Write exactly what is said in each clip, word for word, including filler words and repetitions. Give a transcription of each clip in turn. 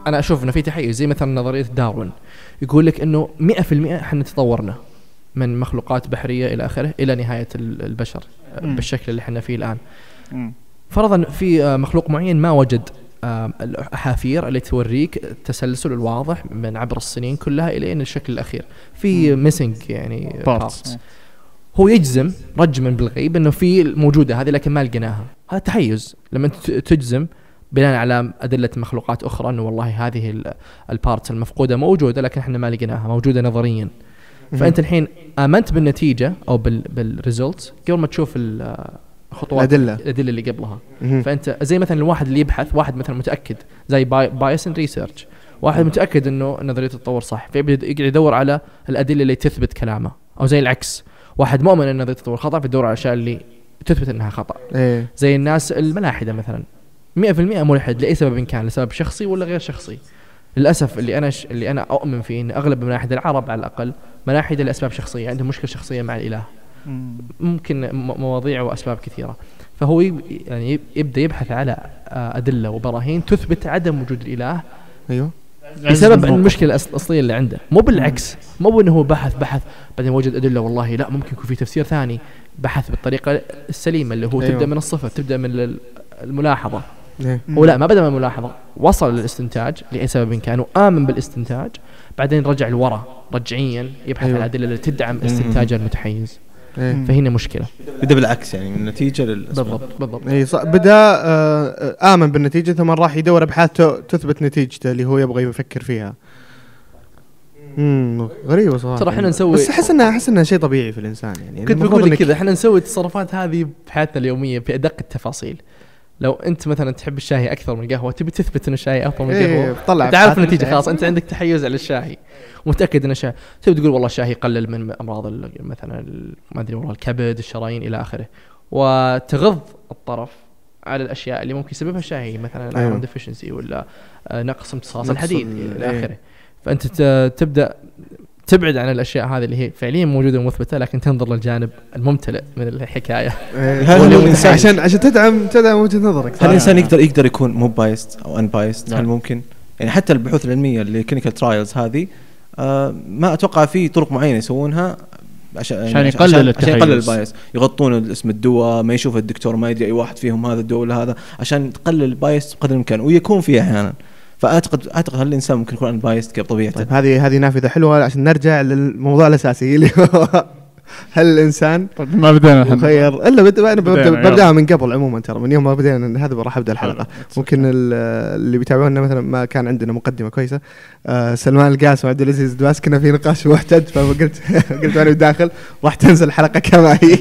أنا أشوف إنه في تحيز، زي مثلا نظرية داروين يقول لك إنه مئة في المئة إحنا تطورنا من مخلوقات بحرية إلى آخره إلى نهاية البشر م. بالشكل اللي إحنا فيه الآن. م. فرضا في مخلوق معين ما وجد الحافير اللي توريك التسلسل الواضح من عبر السنين كلها إلى إن الشكل الأخير في ميسنج يعني بارتس، هو يجزم رجما بالغيب إنه في موجودة هذه لكن ما لقيناها. هذا تحيز لما تجزم بناء على أدلة مخلوقات أخرى إنه والله هذه البارتس المفقودة موجودة لكن إحنا ما لقيناها، موجودة نظريا. فأنت الحين آمنت بالنتيجة أو بالريزلت قبل ما تشوف الخطوات الأدلة. الأدلة اللي قبلها. فأنت زي مثلا الواحد اللي يبحث، واحد مثلا متأكد زي بايس اند ريسيرش، واحد متأكد إنه نظرية التطور صح فيبدأ يقعد يدور على الأدلة اللي تثبت كلامه، أو زي العكس واحد مؤمن إن نظرية التطور خطأ فيدور على الأشياء اللي تثبت إنها خطأ. إيه. زي الناس الملاحدة مثلا مئة في المئة ملحد لأي سبب كان، لسبب شخصي ولا غير شخصي. للأسف اللي أنا ش... اللي أنا أؤمن فيه إن أغلب ملاحد العرب على الأقل ملاحد لأسباب شخصية، عندهم مشكلة شخصية مع الإله، ممكن مواضيع وأسباب كثيرة. فهو يب... يعني يبدأ يبحث على أدلة وبراهين تثبت عدم وجود الإله. أيوه. بسبب المشكلة الأصلية اللي عنده، مو بالعكس، مو بأنه هو بحث بحث بعدين وجد أدلة والله لا ممكن يكون في تفسير ثاني. بحث بالطريقة السليمة اللي هو أيوه. تبدأ من الصفر، تبدأ من الملاحظة. ولا ما بدأ من الملاحظة، وصل للاستنتاج لأي سبب كان وآمن بالاستنتاج، بعدين رجع لورا رجعيا يبحث أيوه. عن الأدلة اللي تدعم استنتاجه المتحيز. أيه. فهنا مشكلة. بدأ بالعكس يعني النتيجة للأسباب. بالضبط بالضبط. أي صح. بدأ آه آمن بالنتيجة ثم راح يدور أبحاث تثبت نتيجته اللي هو يبغى يفكر فيها. امم غريبة صراحة. ترى احنا نسوي بس أحس إنها أحس إنها شيء طبيعي في الإنسان يعني. كنت بقول كذا احنا نسوي التصرفات هذه بحياتنا اليومية في أدق التفاصيل. لو أنت مثلا تحب الشاي أكثر من القهوة تبي تثبت إن الشاي أفضل من القهوة، تعرف النتيجة خلاص. أنت عندك تحيز على الشاي ومتأكد إن الشاي، تبي تقول والله الشاي يقلل من أمراض مثلا ما أدري والله الكبد الشرايين إلى آخره، وتغض الطرف على الأشياء اللي ممكن يسببها الشاي مثلا أيرون ديفيشنسي ولا نقص امتصاص الحديد إلى آخره. فأنت تبدأ تبعد عن الأشياء هذه اللي هي فعليا موجودة ومثبتة، لكن تنظر للجانب الممتلئ من الحكاية عشان عشان تدعم تدعم وجهة نظرك. هل الإنسان يقدر يقدر يكون مو بايست أو أن بايست؟ هل ممكن يعني حتى البحوث العلمية اللي كلينيكال ترايلز هذه آه ما أتوقع في طرق معينة يسوونها عشان عشان يقلل عشان يقلل البايس، يغطون اسم الدواء، ما يشوف الدكتور ما يدري أي واحد فيهم هذا الدواء ولا هذا، عشان تقلل البايس بقدر الإمكان، ويكون فيه أحيانا. فأعتقد أعتقد هل الإنسان ممكن يكون بايست بطبيعته. طيب هذه هذه نافذة حلوة عشان نرجع للموضوع الأساسي اللي هو هل الإنسان طيب ما بدينا مخير إلا بد... أنا ببدأ ببدأها من قبل عموما، ترى من يوم ما بدينا هذا راح أبدأ الحلقة. ممكن اللي بيتابعونا مثلا ما كان عندنا مقدمة كويسة، آه سلمان القاسم وعبد العزيز الدواس كنا في نقاش محتد، فقلت قلت أنا بداخل راح تنزل الحلقة كما هي.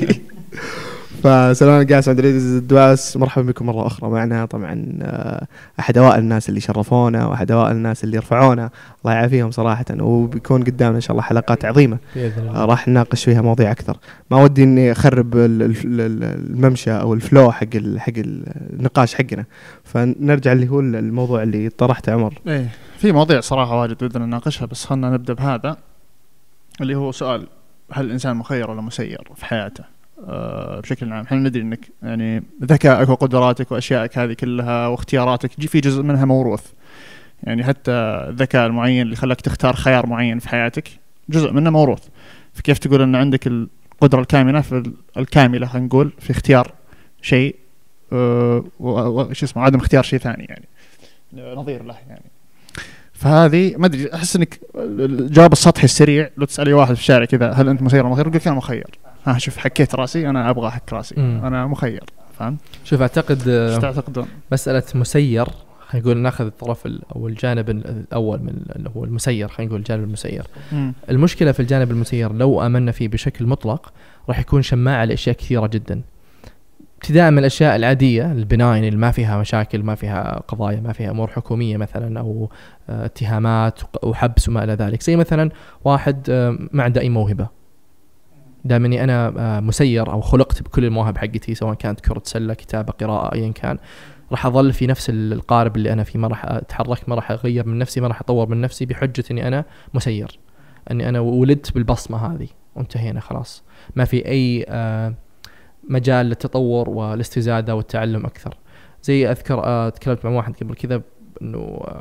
فسلام القاسم عبد العزيز الدواس، مرحبا بكم مرة أخرى معنا. طبعا أحد أوائل الناس اللي شرفونا وأحد أوائل الناس اللي رفعونا، الله يعافيهم صراحة، وبيكون قدامنا إن شاء الله حلقات عظيمة راح نناقش فيها مواضيع أكثر. ما ودي إني أخرب الممشى أو الفلو حق حق النقاش حقنا، فنرجع اللي هو الموضوع اللي طرحته عمر. إيه في مواضيع صراحة واجد بدنا نناقشها، بس خلنا نبدأ بهذا اللي هو سؤال: هل الإنسان مخير ولا مسير في حياته؟ أه بشكل عام احنا ندري انك يعني ذكائك وقدراتك واشيائك هذه كلها واختياراتك جي في جزء منها موروث، يعني حتى الذكاء المعين اللي خلاك تختار خيار معين في حياتك جزء منه موروث. فكيف تقول ان عندك القدرة الكاملة في الكاملة خلينا نقول في اختيار شيء أه وش اسمه عدم اختيار شيء ثاني يعني نظير له يعني. فهذه ما ادري، احس انك الجواب السطحي السريع لو تسال اي واحد في الشارع كذا هل انت مسير ولا مخير يقول انا مخير. ها شوف حكيت راسي انا ابغى احك راسي مم. انا مخير. فاهم؟ شوف اعتقد ايش تعتقدون؟ مساله مسير خلينا نقول ناخذ الطرف او الجانب الاول من اللي هو المسير، خلينا نقول الجانب المسير. مم. المشكله في الجانب المسير لو امنا فيه بشكل مطلق راح يكون شماعه لاشياء كثيره جدا، ابتداء من الاشياء العاديه البناين اللي ما فيها مشاكل، ما فيها قضايا، ما فيها امور حكوميه مثلا او اتهامات وحبس وما الى ذلك. زي مثلا واحد ما عنده اي موهبه، دامني أنا مسير أو خلقت بكل المواهب حقتي سواء كانت كرة سلة كتابة قراءة أيا كان، راح أظل في نفس القارب اللي أنا فيه، ما راح أتحرك، ما راح أغير من نفسي، ما راح أطور من نفسي بحجة أني أنا مسير، أني أنا ولدت بالبصمة هذه وانتهينا خلاص، ما في أي مجال للتطور والاستزادة والتعلم أكثر. زي أذكر تكلمت مع واحد قبل كذا أنه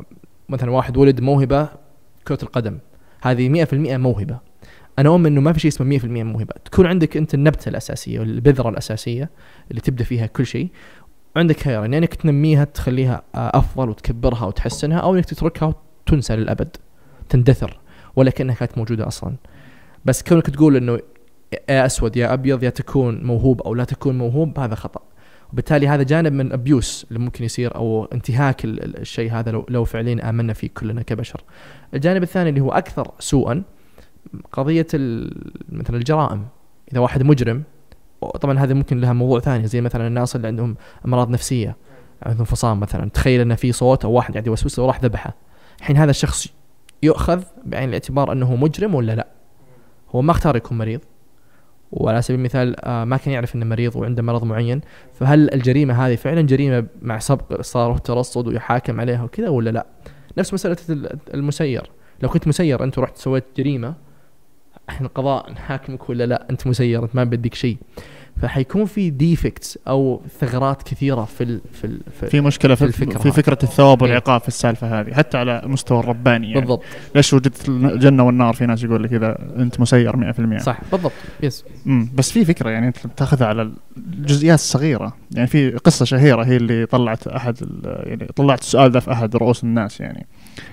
مثلا واحد ولد موهبة كرة القدم، هذه مئة في المئة موهبة. أنا أؤمن إنه ما في شيء اسمه مئة في المئة موهبة. تكون عندك أنت النبتة الأساسية والبذرة الأساسية اللي تبدأ فيها كل شيء، عندك خيار يعني إنك تنميها تخليها أفضل وتكبرها وتحسنها، أو إنك تتركها وتنسى للأبد تندثر ولا كأنها كانت موجودة أصلا. بس كونك تقول إنه يا أسود يا أبيض، يا تكون موهوب أو لا تكون موهوب، هذا خطأ. وبالتالي هذا جانب من أبيوس اللي ممكن يصير أو انتهاك الشيء هذا لو لو فعليا آمنا فيه كلنا كبشر. الجانب الثاني اللي هو أكثر سوءا قضية مثلا الجرائم. إذا واحد مجرم، طبعا هذا ممكن لها موضوع ثاني، زي مثلا الناس اللي عندهم أمراض نفسية، عندهم فصام مثلا، تخيل أن في صوت أو واحد قاعد يوسوس وراح ذبحه، حين هذا الشخص يؤخذ بعين الاعتبار أنه مجرم ولا لا؟ هو ما اختار يكون مريض، وعلى سبيل المثال ما كان يعرف أنه مريض وعنده مرض معين، فهل الجريمة هذه فعلا جريمة مع سبق صار وترصد ويحاكم عليها وكذا ولا لا؟ نفس مسألة المسير، لو كنت مسير أنت رحت سويت جريمة، احنا القضاء نحاكمك ولا لا؟ أنت مسير، أنت ما بديك شيء. فحيكون في ديفكتس أو ثغرات كثيرة في ال في ال في, في مشكلة في, الفكرة في فكرة الثواب والعقاب في السالفة هذه، حتى على مستوى الرباني يعني. بالضبط. ليش وجدت الجنة والنار؟ في ناس يقول لك إذا أنت مسير مئة في المئة. صح بالضبط. يس. امم بس في فكرة يعني أنت تأخذها على الجزئيات الصغيرة. يعني في قصة شهيرة هي اللي طلعت أحد يعني طلعت السؤال ذا في أحد رؤوس الناس، يعني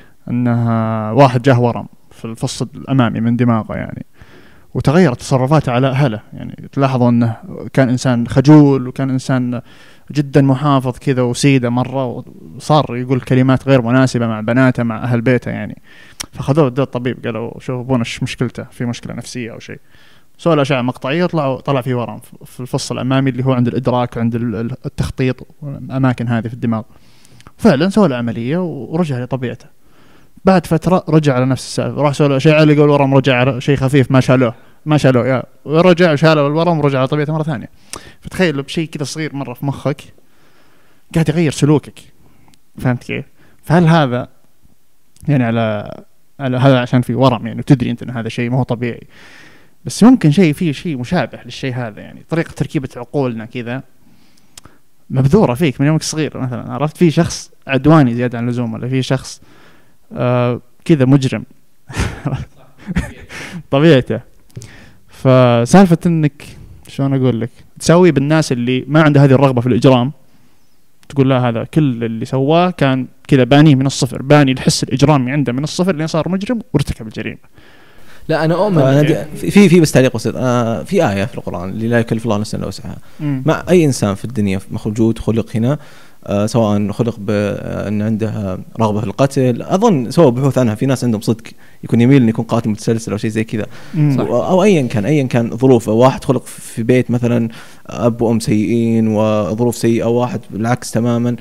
أنها واحد جاه ورم في الفص الأمامي من دماغه يعني، وتغيرت تصرفاته على أهله. يعني تلاحظوا أنه كان إنسان خجول وكان إنسان جدا محافظ كذا وسيدة مرة، وصار يقول كلمات غير مناسبة مع بناته مع أهل بيته يعني. فخذوه ودوه الطبيب، قالوا شوفوا ابونا ايش مشكلته، في مشكلة نفسية أو شيء. سووا له أشعة مقطعية، طلعوا طلع فيه ورم في الفص الأمامي اللي هو عند الإدراك وعند التخطيط والأماكن هذه في الدماغ. فعلا سووا له عملية ورجع لطبيعته. بعد فترة رجع على نفس السالفة، راح سووا له أشعة لقوا الورم رجع على شيء خفيف، ما شالوه ما شالوه يا ورجع شاله الورم ورجع على طبيعته مرة ثانية. فتخيل لو بشيء كذا صغير مرة في مخك قاعد يغير سلوكك، فهمت كيف؟ فهل هذا يعني على على هذا عشان في ورم يعني وتدري أنت أن هذا شيء ما هو طبيعي، بس ممكن شيء فيه شيء مشابه للشيء هذا. يعني طريقة تركيبة عقولنا كذا مبذورة فيك من يومك صغير. مثلا عرفت في شخص عدواني زيادة عن اللزوم، ولا في شخص آه كذا مجرم طبيعته. فسالفة انك شلون اقول لك تسوي بالناس اللي ما عنده هذه الرغبة في الاجرام، تقول لا هذا كل اللي سواه كان كذا بانيه من الصفر، باني الحس الاجرامي عنده من الصفر لين صار مجرم وارتكب الجريمة. لا انا اؤمن أنا في في بس تعليق بسيط. آه في آية في القرآن اللي لا يكلف الله نفسا الا وسعها. مع اي انسان في الدنيا موجود خلق هنا، آه سواء خلق بأن عنده رغبة في القتل، أظن سووا بحوث عنها، في ناس عندهم صدق يكون يميل أن يكون قاتل متسلسل أو شيء زي كذا، أو أيا كان أيا كان ظروفه. واحد خلق في بيت مثلا أب وأم سيئين وظروف سيئة، أو واحد بالعكس تماما،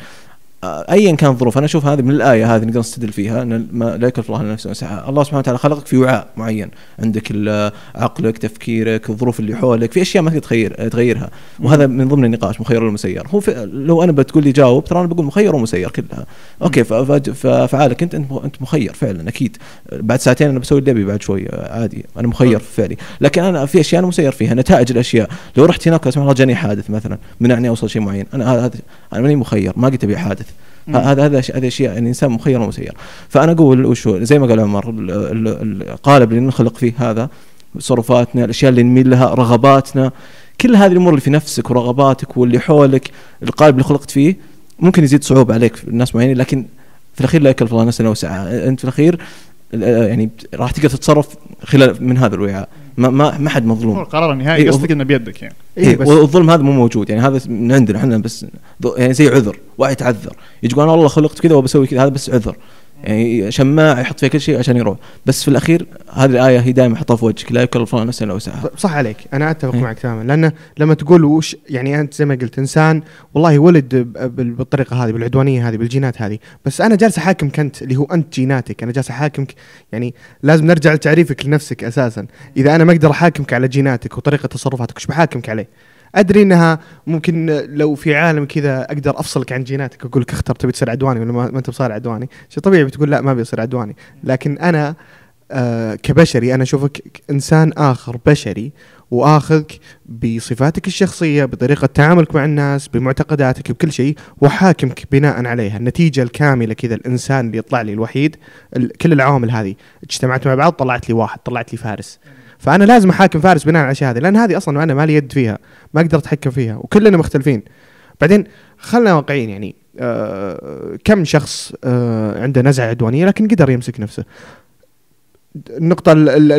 أيا كان الظروف. أنا أشوف هذه من الآية هذه نقدر نستدل فيها أن ما لا يكلف الله نفسا وسعها. الله سبحانه وتعالى خلقك في وعاء معين، عندك عقلك، تفكيرك، الظروف اللي حولك، في أشياء ما تقدر تغير تغيرها، وهذا من ضمن النقاش مخير ولا مسير. هو لو أنا بتقول لي جاوب، ترى أنا بقول مخير ومسير كلها. أوكي، ففعالك أنت أنت مخير فعلا أكيد. بعد ساعتين أنا بسوي اللي بعد شوي عادي، أنا مخير في فعلي. لكن أنا في أشياء أنا مسير فيها، نتائج الأشياء. لو رحت هناك سبحان الله جاني حادث مثلا منعني أوصل شيء معين، أنا هذا أنا ماني مخير، ما قلت أبي حادث. هذا هذا هذا شيء يعني الإنسان مخير ومسير. فأنا أقول وشو زي ما قال عمر، القالب اللي نخلق فيه هذا، تصرفاتنا، الأشياء اللي نميل لها، رغباتنا، كل هذه الأمور اللي في نفسك ورغباتك واللي حولك، القالب اللي خلقت فيه ممكن يزيد صعوبة عليك في الناس معينين، لكن في الأخير لا يكلف الله نفسا إلا وسعها. أنت في الأخير يعني راح تقدر تتصرف خلال من هذا الوعاء، ما ما ما حد مظلوم. هو القرار النهائي إيه قصدك إنه بيدك يعني. إيه بس والظلم هذا مو موجود يعني، هذا من عندنا إحنا بس يعني زي عذر، واحد يتعذر يقول أنا والله خلقت كذا وبسوي كذا، هذا بس عذر يعني، شماع يحط فيها كل شيء عشان يروح. بس في الأخير هذه الآية هي دائما حطها في وجهك، لا يكلف الله نفسا إلا وسعها. صح عليك، أنا أتفق إيه؟ معك تماما. لأن لما تقول وش يعني أنت زي ما قلت إنسان والله ولد بالطريقة هذه، بالعدوانية هذه، بالجينات هذه، بس أنا جالس أحاكمك أنت اللي هو أنت جيناتك، أنا جالس أحاكمك يعني. لازم نرجع لتعريفك لنفسك أساسا. إذا أنا ما أقدر أحاكمك على جيناتك وطريقة تصرفاتك، وش بحاكمك عليه؟ أدري إنها ممكن لو في عالم كذا أقدر أفصلك عن جيناتك، أقول لك اختر تبي تصير عدواني ولا ما أنت بصير عدواني، شيء طبيعي بتقول لا ما بيصير عدواني. لكن أنا آه كبشري أنا أشوفك إنسان آخر بشري، وآخذك بصفاتك الشخصية، بطريقة تعاملك مع الناس، بمعتقداتك، بكل شيء، وحاكمك بناء عليها. النتيجة الكاملة كذا الإنسان اللي يطلع لي الوحيد، كل العوامل هذه اجتمعت مع بعض طلعت لي واحد، طلعت لي فارس. فأنا لازم أحاكم فارس بناء على الأشياء هذه، لأن هذه أصلا أنا ما لي يد فيها، ما أقدر أتحكم فيها، وكلنا مختلفين. بعدين خلنا واقعيين، يعني آه كم شخص آه عنده نزعة عدوانية لكن قدر يمسك نفسه. النقطة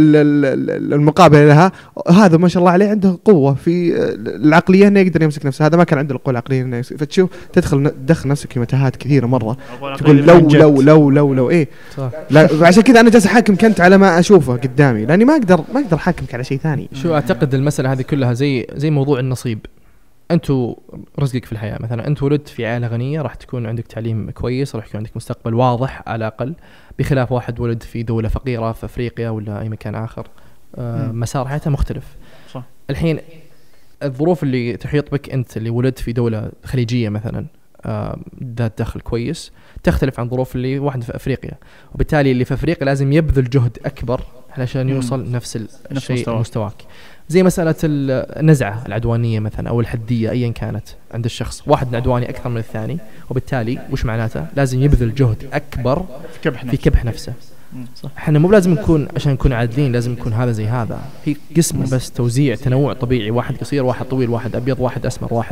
المقابلة لها هذا ما شاء الله عليه عنده قوة في العقلية انه يقدر يمسك نفسه، هذا ما كان عنده القوة العقلية انه يمسك. فتشوف تدخل تدخل نفسك في متاهات كثيرة مرة، تقول لو لو لو لو لو ايه لا. عشان كذا انا جالس احاكم كنت على ما اشوفه قدامي، لاني ما اقدر ما اقدر احاكمك على شيء ثاني. شو اعتقد المسألة هذه كلها زي زي موضوع النصيب. أنتوا رزقك في الحياة، مثلا أنت ولدت في عائلة غنية، راح تكون عندك تعليم كويس، راح يكون عندك مستقبل واضح على الأقل، بخلاف واحد ولد في دولة فقيرة في أفريقيا ولا أي مكان آخر آه مسار حياته مختلف. صح. الحين الظروف اللي تحيط بك أنت اللي ولدت في دولة خليجية مثلا آه ذات دخل كويس تختلف عن ظروف اللي واحد في أفريقيا، وبالتالي اللي في أفريقيا لازم يبذل جهد أكبر علشان يوصل نفس الشيء مستواك. زي مسألة النزعة العدوانية مثلا أو الحدية أيا كانت عند الشخص، واحد عدواني أكثر من الثاني، وبالتالي وش معناته؟ لازم يبذل جهد أكبر في كبح, في كبح نفسه. صح. احنا مو لازم نكون عشان نكون عادلين لازم نكون هذا زي هذا، في قسم بس توزيع تنوع طبيعي، واحد قصير واحد طويل واحد أبيض واحد أسمر واحد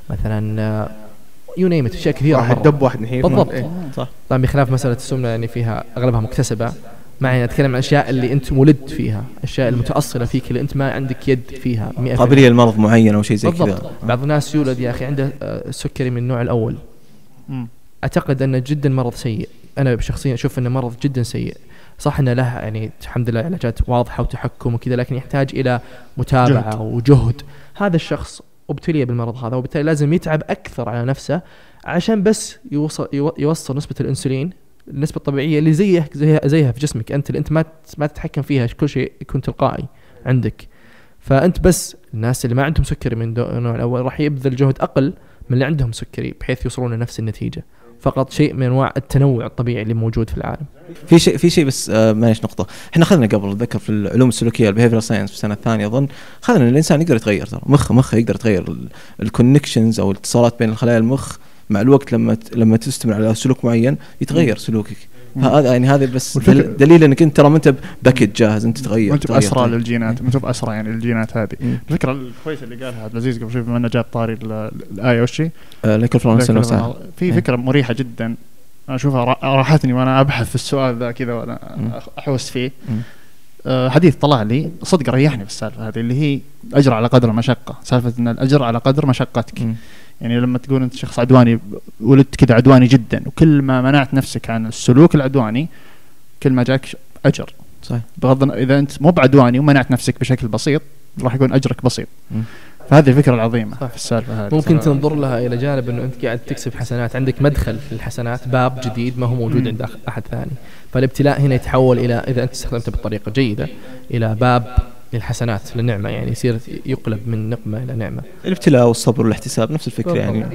مثلا يو نيم ات، أشياء كثيرة، واحد دب واحد نحيف بالضبط. إيه. صح. طبعا بخلاف مسألة السمنة يعني فيها أغلبها مكتسبة، معي أتكلم عن أشياء اللي أنت ولدت فيها، أشياء المتأصلة فيك اللي أنت ما عندك يد فيها، قابلية لمرض معين أو شيء زي كذا. بعض الناس يولد يا أخي عنده سكري من النوع الأول، م. أعتقد أنه جدا مرض سيء. أنا شخصيا أشوف أنه مرض جدا سيء. صح أنه له يعني الحمد لله علاجات واضحة وتحكم وكذا، لكن يحتاج إلى متابعة جهد. وجهد. هذا الشخص ابتلي بالمرض هذا، وبالتالي لازم يتعب أكثر على نفسه عشان بس يوصل يوصل نسبة الأنسولين النسبة الطبيعية اللي زيه زيها, زيها في جسمك أنت، اللي أنت ما ما تتحكم فيها، كل شيء يكون تلقائي عندك. فأنت بس الناس اللي ما عندهم سكري من النوع الأول راح يبذل جهد أقل من اللي عندهم سكري بحيث يوصلون لنفس النتيجة. فقط شيء من أنواع التنوع الطبيعي اللي موجود في العالم. في شيء في شيء بس آه معليش نقطة، إحنا خذنا قبل ذكر في العلوم السلوكية البيهيفيرال ساينس في السنة الثانية أظن، خذنا الإنسان يقدر يتغير، ترى مخ مخ يقدر يتغير، الكونكشنز أو الاتصالات بين الخلايا المخ مع الوقت لما لما تستمر على سلوك معين يتغير سلوكك. هذا يعني هذا بس دليل انك انت ترى ما انت باكيت جاهز، انت تتغير، انت باسرع للجينات، انت باسرع يعني الجينات هذه. الفكره الكويسه اللي قالها عبد العزيز قبل شوي بما انه جاب طاري الايه والشيء لكن فلان في فكره مريحه جدا انا اشوفها راحتني وانا ابحث في السؤال ذا كذا وانا احوس فيه. أه حديث طلع لي صدق ريحني بالسالفه هذه اللي هي اجر على قدر المشقه، سالفه ان الاجر على قدر مشقتك. م. يعني لما تقول انت شخص عدواني ولدت كذا عدواني جدا، وكل ما منعت نفسك عن السلوك العدواني كل ما جاك اجر. صحيح. بغض اذا انت مو بعدواني ومنعت نفسك بشكل بسيط راح يكون اجرك بسيط. م. فهذه الفكره العظيمه صح. في السالفه هذه ممكن تنظر لها الى جانب انه انت قاعد تكسب حسنات، عندك مدخل في الحسنات، باب جديد ما هو موجود م. عند احد ثاني. فالابتلاء هنا يتحول الى اذا انت استخدمته بطريقه جيده الى باب للحسنات للنعمة، يعني يصير يقلب من نقمة إلى نعمة. الابتلاء والصبر والاحتساب نفس الفكرة يعني.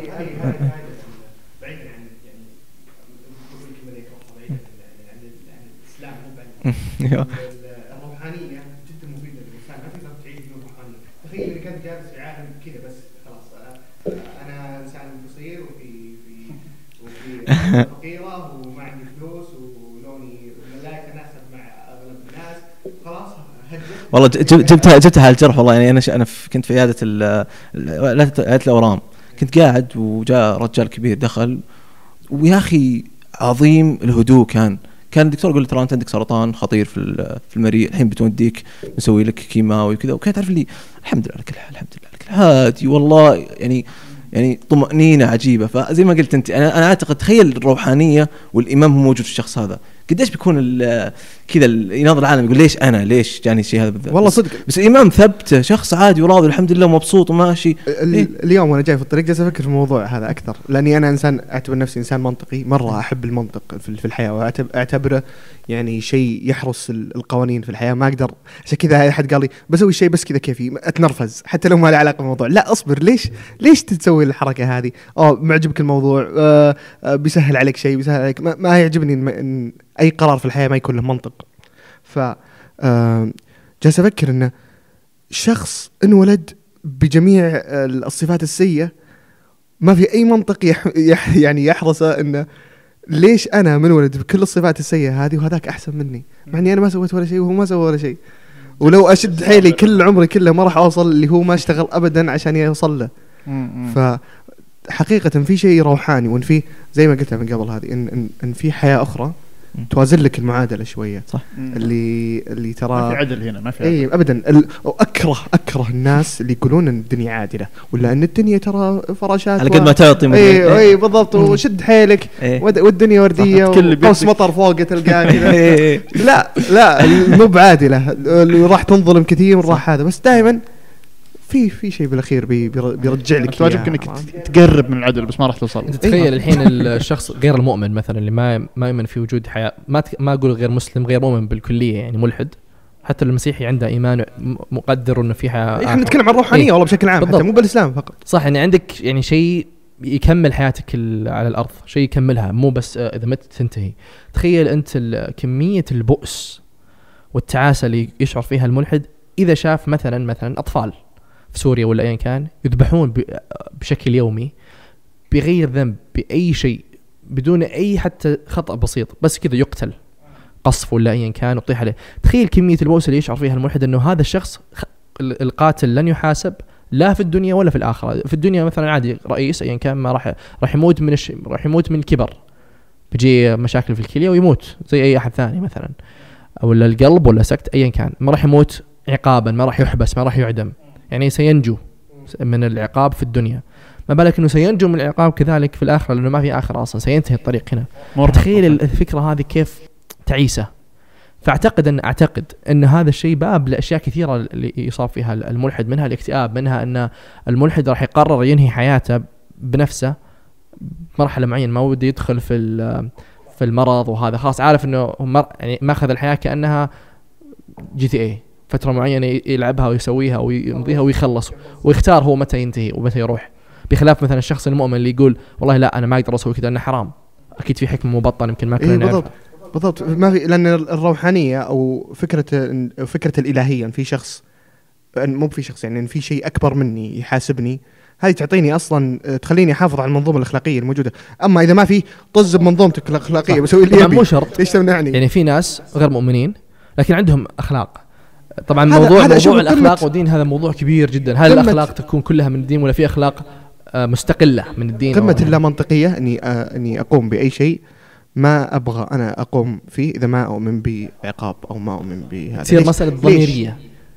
الروحانية جدا مفيدة للإنسان، ما تقدر تعيش بدون روحانية. تخيل إنك كنت جالس في عالم كذا بس خلاص أنا إنسان قصير وفي في وفي فقيرة وما عندي فلوس ولوني لا يتناسب مع أغلب الناس، خلاص والله جبتها جبتها على الجرح. والله يعني انا انا كنت في عياده عياده الاورام، كنت قاعد وجاء رجال كبير دخل، ويا اخي عظيم الهدوء. كان كان الدكتور يقول لي ترى انت عندك سرطان خطير في في المريء، الحين بتوديك نسوي لك كيماوي وكذا. وكان تعرف لي الحمد لله على كل حال، الحمد لله على كل هادي والله، يعني يعني طمأنينة عجيبة. فزي ما قلت انت انا انا اعتقد تخيل الروحانية والامام هو موجود في الشخص هذا، قديش بيكون كذا يناظر العالم يقول ليش انا ليش جاني الشيء هذا بالذات. والله صدق بس الامام ثبت شخص عادي وراضي الحمد لله ومبسوط وماشي. إيه؟ اليوم وانا جاي في الطريق جالس افكر في الموضوع هذا اكثر، لاني انا انسان اعتبر نفسي انسان منطقي مره، احب المنطق في الحياه واعتبره يعني شيء يحرس القوانين في الحياه. ما اقدر عشان كذا احد قال لي بسوي الشيء بس كذا كيفي اتنرفز حتى لو ما له علاقه بالموضوع. لا اصبر، ليش ليش تسوي الحركه هذه؟ اه معجبك الموضوع، آه آه بيسهل عليك شيء، بيسهل عليك. ما, ما يعجبني إن اي قرار في الحياه ما يكون له منطق. ف جالس افكر انه شخص انولد بجميع الصفات السيئة ما في اي منطق يح يعني يحرصه انه ليش انا منولد بكل الصفات السيئة هذه وهذاك احسن مني، مع اني انا ما سويت ولا شيء وهو ما سوى ولا شيء، ولو اشد حيلي كل عمري كله ما راح اوصل اللي هو ما اشتغل ابدا عشان يوصل له. فحقيقة في شيء روحاني، وان في زي ما قلت من قبل هذه ان ان, إن في حياة اخرى توازن لك المعادلة شوية. صح. اللي اللي ترى ما في عدل هنا، ما في عدل. اي ابدا. اكره اكره الناس اللي يقولون ان الدنيا عادلة ولا ان الدنيا ترى فراشات على قد ما تعطي. اي اي بالضبط، وشد حيلك والدنيا وردية وقوس مطر فوق تلقاه كذا. لا لا مو بعادلة، راح تنظلم كثير راح هذا، بس دائما في في شيء بالاخير بي بيرجع لك. واجبك انك تقرب من العدل بس ما راح توصل. انت تخيل الحين الشخص غير المؤمن مثلا اللي ما ما يؤمن في وجود حياة، ما تك... ما اقول غير مسلم، غير مؤمن بالكلية يعني ملحد. حتى المسيحي عنده ايمان مقدر انه في حياة. احنا نتكلم عن الروحانية إيه؟ والله بشكل عام حتى مو بالاسلام فقط. صح، يعني عندك يعني شيء يكمل حياتك على الارض، شيء يكملها، مو بس اذا مت تنتهي. تخيل انت كمية البؤس والتعاسة اللي يشعر فيها الملحد اذا شاف مثلا مثلا اطفال في سوريا ولا أيا كان يذبحون بشكل يومي بغير ذنب بأي شيء، بدون أي حتى خطأ بسيط، بس كذا يقتل قصف ولا أيا كان وطيح عليه. تخيل كمية البؤس اللي يشعر فيها الملحد أنه هذا الشخص القاتل لن يحاسب لا في الدنيا ولا في الآخرة. في الدنيا مثلا عادي رئيس أيا كان ما راح راح يموت من الش... راح يموت من الكبر، بيجي مشاكل في الكلية ويموت زي أي أحد ثاني مثلا، أو القلب ولا سكت أيا كان، ما راح يموت عقابا، ما راح يحبس، ما راح يعدم، يعني سينجو من العقاب في الدنيا، ما بالك انه سينجو من العقاب كذلك في الاخره، لانه ما في اخره اصلا، سينتهي الطريق هنا. تخيل الفكره هذه كيف تعيسه. فاعتقد ان اعتقد ان هذا الشيء باب لاشياء كثيره اللي يصاب فيها الملحد، منها الاكتئاب، منها ان الملحد راح يقرر ينهي حياته بنفسه مرحله معينه، ما ودي يدخل في في المرض، وهذا خلاص عارف انه يعني ماخذ الحياه كانها جي تي اي، فترة معينة يلعبها ويسويها ويمضيها ويخلص، ويختار هو متى ينتهي ومتى يروح. بخلاف مثلا الشخص المؤمن اللي يقول والله لا أنا ما أقدر أسوي كذا، أنه حرام، أكيد في حكمة مبطنة يمكن ما كنا نعرف. بالضبط بالضبط، ما في، لأن الروحانية أو فكرة فكرة الإلهية إن في شخص، مو في شخص يعني إن في شيء أكبر مني يحاسبني، هذه تعطيني أصلا تخليني أحافظ على المنظومة الأخلاقية الموجودة. أما إذا ما في طز بمنظومتك الأخلاقية بسوي اللي يبي، مو شرط. ليش تمنعني؟ يعني في ناس غير مؤمنين لكن عندهم أخلاق. طبعا موضوع موضوع الأخلاق والدين هذا موضوع كبير جدا. هل الأخلاق تكون كلها من الدين ولا في أخلاق مستقلة من الدين؟ قمة اللا منطقية إني أني أقوم بأي شيء ما أبغى أنا أقوم فيه إذا ما أؤمن بعقاب أو ما أؤمن بهذا. تصير مسألة ضميرية.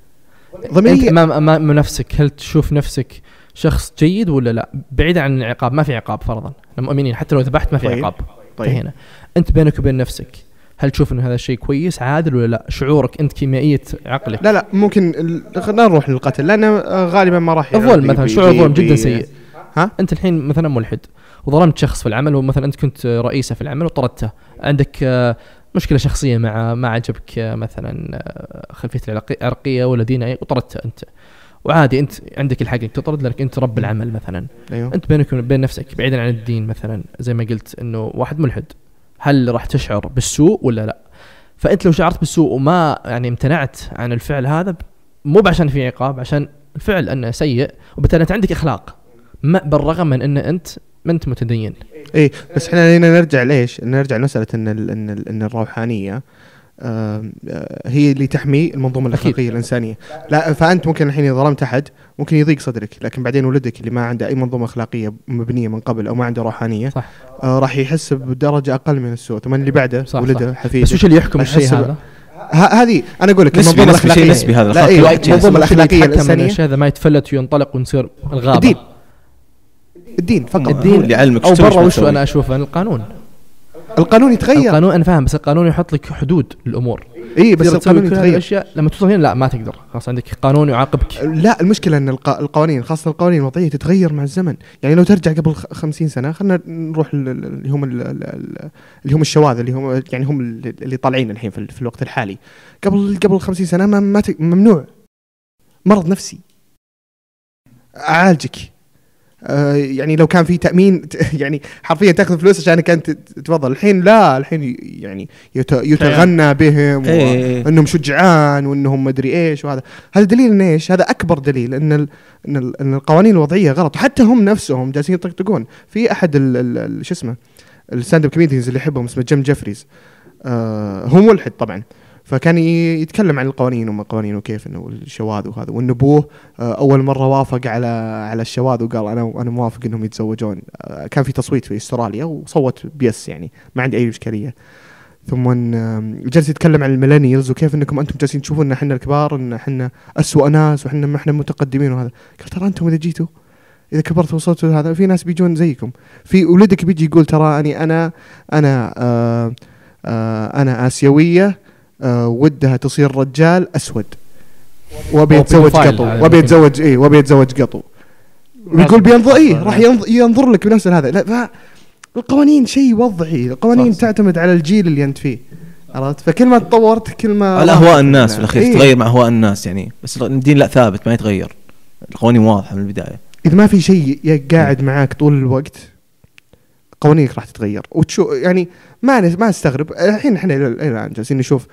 ضميرية أمام أمام نفسك، هل تشوف نفسك شخص جيد ولا لا؟ بعيد عن العقاب، ما في عقاب فرضا، المؤمنين حتى لو ذبحت ما في طيب. عقاب. طيب. هنا أنت بينك وبين نفسك هل تشوف إنه هذا الشيء كويس عادل ولا لا؟ شعورك أنت، كيميائية عقلك. لا لا ممكن خلينا نروح للقتل، لأنه غالبا ما راح الظلم مثلا، شعور الظلم جدا سيء. ها أنت الحين مثلا ملحد وظلمت شخص في العمل، ومثلا أنت كنت رئيسة في العمل وطردته، عندك مشكلة شخصية مع ما عجبك مثلا خلفية عرقية ولا دينية وطردته أنت، وعادي أنت عندك الحق إنك تطرد لأنك أنت رب العمل مثلا. أيوه. أنت بينك وبين نفسك بعيدا عن الدين مثلا زي ما قلت إنه واحد ملحد، هل راح تشعر بالسوء ولا لا؟ فأنت لو شعرت بالسوء وما يعني امتنعت عن الفعل هذا، مو عشان في عقاب، عشان الفعل أنه سيء، وبالتالي أنت عندك أخلاق بالرغم من أن أنت ما أنت متدين. إيه بس إحنا هنا نرجع ليش؟ نرجع لمسألة أن أن أن الروحانية آه هي اللي تحمي المنظومة الأخلاقية الإنسانية. لا فأنت ممكن الحين ظلمت أحد ممكن يضيق صدرك، لكن بعدين ولدك اللي ما عنده أي منظومة أخلاقية مبنية من قبل أو ما عنده روحانية صح. آه راح يحس بدرجة أقل من السوء، ثم اللي بعده ولده حفيده. بس وش اللي يحكم الشيء هذا؟ هذه أنا أقول لك المنظومة الأخلاقية نسبي هذا لا إيه المنظومة الأخلاقية الإنسانية الشيء هذا ما يتفلت وينطلق ونصير الغابة. الدين الدين فقط الدين اللي علمك أو برا. وش أنا أشوف أن القانون القانون يتغير. القانون أنا فاهم، بس القانون يحط لك حدود للأمور. إيه بس القانون يتغير. الأشياء لما توصل هنا لا ما تقدر، خلاص عندك قانون يعاقبك. لا المشكلة أن القوانين خاصة القوانين الوضعية تتغير مع الزمن. يعني لو ترجع قبل خمسين سنة، خلنا نروح اللي هم اللي هم الشواذ اللي هم يعني هم اللي طالعين الحين في الوقت الحالي. قبل قبل خمسين سنة ما ممنوع مرض نفسي أعالجك، آه يعني لو كان في تأمين يعني حرفيا تاخذ فلوس عشان كانت تتفضل. الحين لا، الحين يعني يتغنى بهم وانهم شجعان وانهم مدري ايش، وهذا هذا دليل ان ايش، هذا اكبر دليل ان ال ان, ال ان القوانين الوضعيه غلط. وحتى هم نفسهم جالسين يطقطقون في احد شو اسمه الستاند اب كوميديانز اللي يحبهم اسمه جيم جيفريز، آه هو ملحد طبعا، فكان يتكلم عن القوانين وما قوانين وكيف انه الشواذ وهذا، وان ابوه اول مره وافق على على الشواذ وقال انا انا موافق انهم يتزوجون. كان في تصويت في استراليا وصوت بيس، يعني ما عندي اي اشكاليه. ثم جالس يتكلم عن الميلينيالز وكيف انكم انتم جالسين تشوفون ان احنا الكبار ان احنا اسوأ ناس واحنا ما احنا متقدمين وهذا. قال ترى انتم اذا جيتوا اذا كبرتوا وصلتوا هذا في ناس بيجون زيكم، في ولدك بيجي يقول ترى اني انا انا آآ آآ انا اسيويه آه ودها تصير رجال اسود وابي يتزوج قطو وابي يتزوج ايه وابي يتزوج قطو، ويقول بينظر ايه راح ينظر, ينظر لك بنفس هذا. لا، القوانين شيء وضعي، القوانين تعتمد على الجيل اللي انت فيه، عرفت؟ فكل ما تطورت كل ما على اهواء الناس في الاخير إيه؟ تغير مع اهواء الناس يعني، بس الدين لا ثابت ما يتغير، القوانين واضحه من البدايه. اذا ما في شيء قاعد معاك طول الوقت قوانينك راح تتغير. وتشو يعني ما ما استغرب الحين احنا الان جالسين نشوف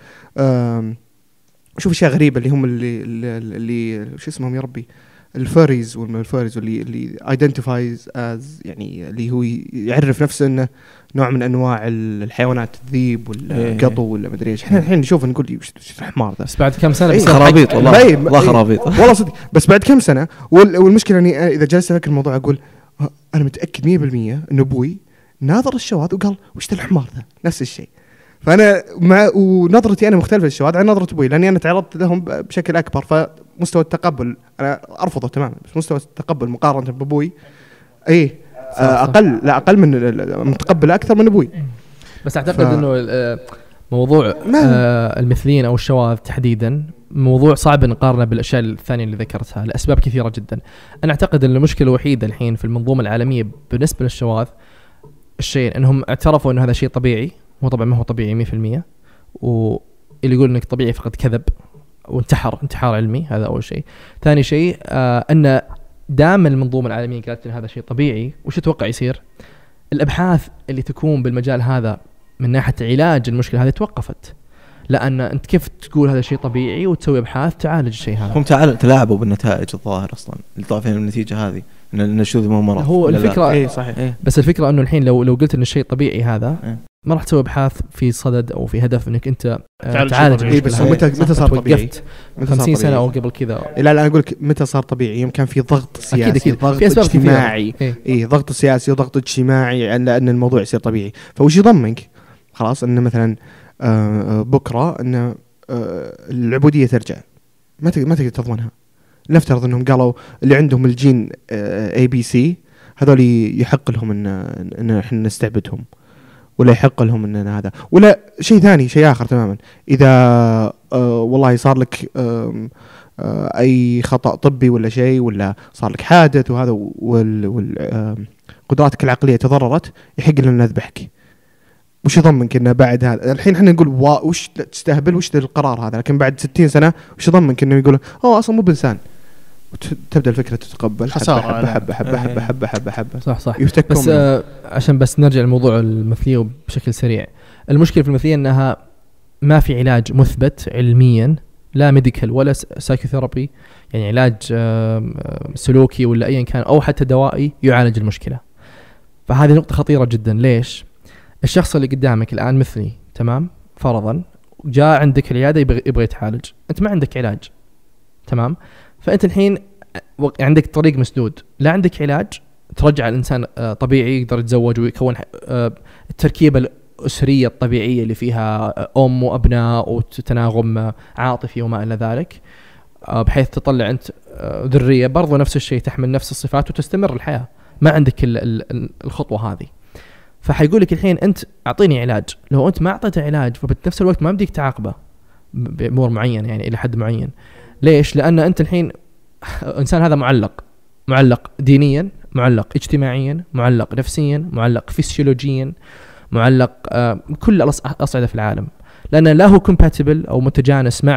شوف اشياء غريبه اللي هم اللي اللي شو اسمهم يا ربي الفاريز والفاريز اللي اللي ايدنتيفايز از يعني اللي هو يعرف نفسه انه نوع من انواع الحيوانات الذيب والقطو ولا مدري ايش. احنا الحين نشوف نقول وش الحمار ذا، بس بعد كم سنه ايه خرابيط والله والله خرابيط والله صدق. بس بعد كم سنه والمشكله اني اذا جلست افكر الموضوع اقول انا متاكد مية بالمية انه ابوي ناظر الشواذ وقال وش الحمار ذا، نفس الشيء. فانا مع ونظرتي انا مختلفه للشواذ عن نظره ابوي، لاني انا تعرضت لهم بشكل اكبر، فمستوى التقبل انا ارفضه تماما، بس مستوى التقبل مقارنه بابوي ايه اقل، لا اقل من متقبل اكثر من ابوي. بس اعتقد ف... انه موضوع آه المثليين او الشواذ تحديدا موضوع صعب نقارنه بالاشياء الثانيه اللي ذكرتها لاسباب كثيره جدا. انا اعتقد ان المشكله الوحيده الحين في المنظومه العالميه بالنسبه للشواذ الشيء انهم اعترفوا انه هذا شيء طبيعي، هو طبعا ما هو طبيعي مية بالمية، واللي يقول انك طبيعي فقد كذب وانتحر انتحار علمي. هذا اول شيء. ثاني شيء آه ان دام المنظومه العالميه قالت ان هذا شيء طبيعي، وش تتوقع يصير؟ الابحاث اللي تكون بالمجال هذا من ناحيه علاج المشكله هذه توقفت، لان انت كيف تقول هذا شيء طبيعي وتسوي ابحاث تعالج الشيء هذا؟ هم تلاعبوا بالنتائج الظاهر اصلا اللي طلع فيها النتيجه هذه ان النشوذ مو مرض. هو الفكره ايه صحيح إيه. بس الفكره انه الحين لو لو قلت ان الشيء طبيعي هذا إيه؟ ما راح تسوي ابحاث في صدد او في هدف انك انت تعالج إيه. بس متى متى صار طبيعي؟ خمسين سنه او قبل كذا. لا لا اقول لك متى صار طبيعي؟ يوم كان في ضغط سياسي، أكيد أكيد. ضغط اجتماعي اي إيه ضغط سياسي وضغط اجتماعي ان ان الموضوع يصير طبيعي. فوش يضمنك خلاص ان مثلا آه بكره ان آه العبوديه ترجع؟ ما ما تقدر تضمنها. نفترض انهم قالوا اللي عندهم الجين اي بي سي هذول يحق لهم ان ان احنا نستعبدهم، ولا يحق لهم ان هذا، ولا شيء ثاني شيء اخر تماما. اذا آه والله صار لك آه آه اي خطأ طبي ولا شيء، ولا صار لك حادث وهذا وقدراتك العقليه تضررت، يحق لنا نذبحك. وش يضمنك انه بعد هذا الحين احنا نقول وش تستهبل وش القرار هذا، لكن بعد ستين سنه وش يضمنك انه يقول اوه اصلا مو بإنسان، وتبدا الفكره تتقبل حبه حبه حبه حبه حبه حبه حبه حبه صح صح. بس آه عشان بس نرجع لموضوع المثليه بشكل سريع. المشكله في المثليه انها ما في علاج مثبت علميا، لا ميديكال ولا سايكوثيرابي، يعني علاج آه سلوكي ولا ايا كان او حتى دوائي يعالج المشكله. فهذه نقطه خطيره جدا. ليش؟ الشخص اللي قدامك الآن مثلي تمام فرضا جاء عندك العيادة يبغى, يبغى يتعالج، أنت ما عندك علاج تمام، فأنت الحين عندك طريق مسدود، لا عندك علاج ترجع الإنسان طبيعي يقدر يتزوج ويكون التركيبة الأسرية الطبيعية اللي فيها أم وأبناء وتناغم عاطفي وما إلى ذلك، بحيث تطلع أنت ذرية برضو نفس الشيء تحمل نفس الصفات وتستمر الحياة. ما عندك الخطوة هذه، فحيقول لك الحين أنت أعطيني علاج. لو أنت ما أعطيته علاج فبنفس الوقت ما بديك تعاقبه بأمور معينة يعني إلى حد معين. ليش؟ لأن أنت الحين إنسان هذا معلق معلق دينيا، معلق اجتماعيا، معلق نفسيا، معلق فسيولوجيا، معلق آه كل الأصعدة في العالم، لأن لا هو compatible أو متجانس مع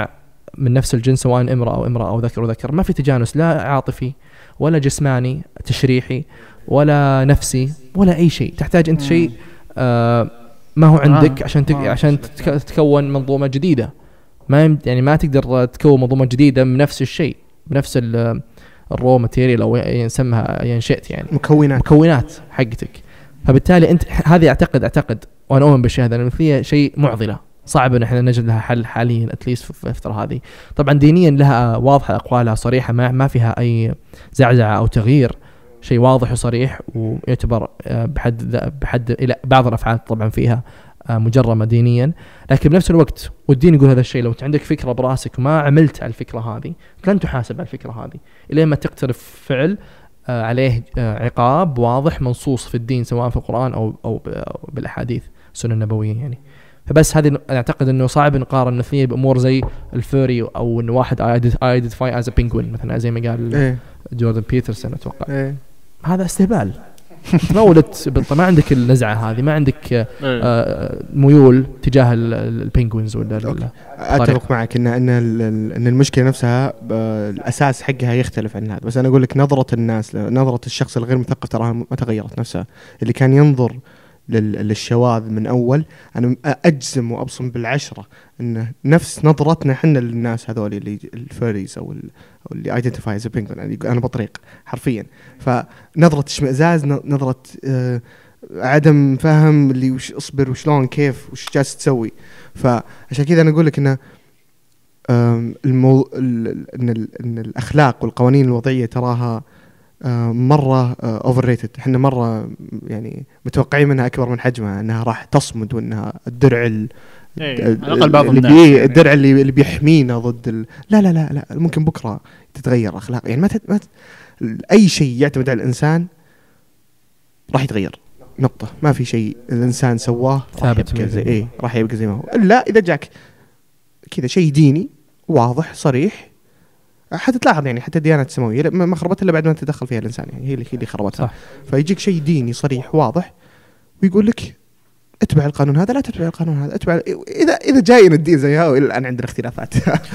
من نفس الجنس سواء امرأة أو امرأة أو ذكر وذكر، ما في تجانس لا عاطفي ولا جسماني تشريحي ولا نفسي ولا أي شيء. تحتاج أنت شيء آه ما هو عندك عشان تك عشان تكون منظومة جديدة. ما يعني ما تقدر تكون منظومة جديدة من نفس الشيء بنفس الرو ماتيريال أو ينسمها ينشئت يعني مكونات مكونات حقتك. فبالتالي أنت هذه أعتقد أعتقد وأنا أؤمن بالشيء هذا المثلية شيء معضلة صعب إن إحنا نجد لها حل حاليا أتليست في الفترة هذه. طبعا دينيا لها واضحة أقوالها صريحة ما ما فيها أي زعزعة أو تغيير، شيء واضح وصريح ويعتبر بحد بحد إلى بعض الأفعال طبعا فيها مجرمة دينيا. لكن بنفس الوقت والدين يقول هذا الشيء، لو أنت عندك فكرة براسك وما عملت على الفكرة هذه لن تحاسب على الفكرة هذه إلى ما تقترف فعل عليه عقاب واضح منصوص في الدين سواء في القرآن أو أو بالأحاديث السنة النبوية يعني. فبس هذه أعتقد إنه صعب نقارن مثلية بأمور زي الفوري أو إنه واحد identify as a penguin مثلا زي ما قال إيه. جوردن بيترسون أتوقع إيه. هذا استهبال. ما ولدت بالط... ما عندك النزعة هذه، ما عندك آه ميول تجاه البينجوينز ولا. أتفق معك إن إن إن المشكلة نفسها الأساس حقها يختلف عن هذا، بس أنا أقول لك نظرة الناس نظرة الشخص الغير مثقف تراها ما تغيرت نفسها. اللي كان ينظر للشواذ من أول أنا أجزم وأبصم بالعشرة إن نفس نظرتنا حنا للناس هذول اللي الفيريز أو اللي identify as a penguin يعني أنا بطريق حرفيا. فنظرة اشمئزاز نظرة آه عدم فهم اللي وش أصبر وشلون كيف وش جالس تسوي. فعشان كذا أنا أقول لك إن المو... إن, إن الأخلاق والقوانين الوضعية تراها آه مرة اوفر ريتد. احنا مرة يعني متوقعين منها اكبر من حجمها، انها راح تصمد وانها الدرع ال... اللي بي... الدرع اللي, اللي بيحمينا ضد ال... لا لا لا لا ممكن بكرة تتغير اخلاق يعني ما, ت... ما ت... اي شيء يعتمد على الانسان راح يتغير نقطة. ما في شيء الانسان سواه ثابت زي ايه راح يبقى زي ما هو، الا اذا جاك كذا شيء ديني واضح صريح. حتى تلاحظ يعني حتى الديانات السماوية ما خربت إلا بعد ما تدخل فيها الإنسان يعني هي اللي هي اللي خربتها. فيجيك شيء ديني صريح واضح ويقول لك اتبع القانون هذا لا تتبع القانون هذا اتبع. إذا إذا جاينا الدين زي هذا إلى الآن عندنا اختلافات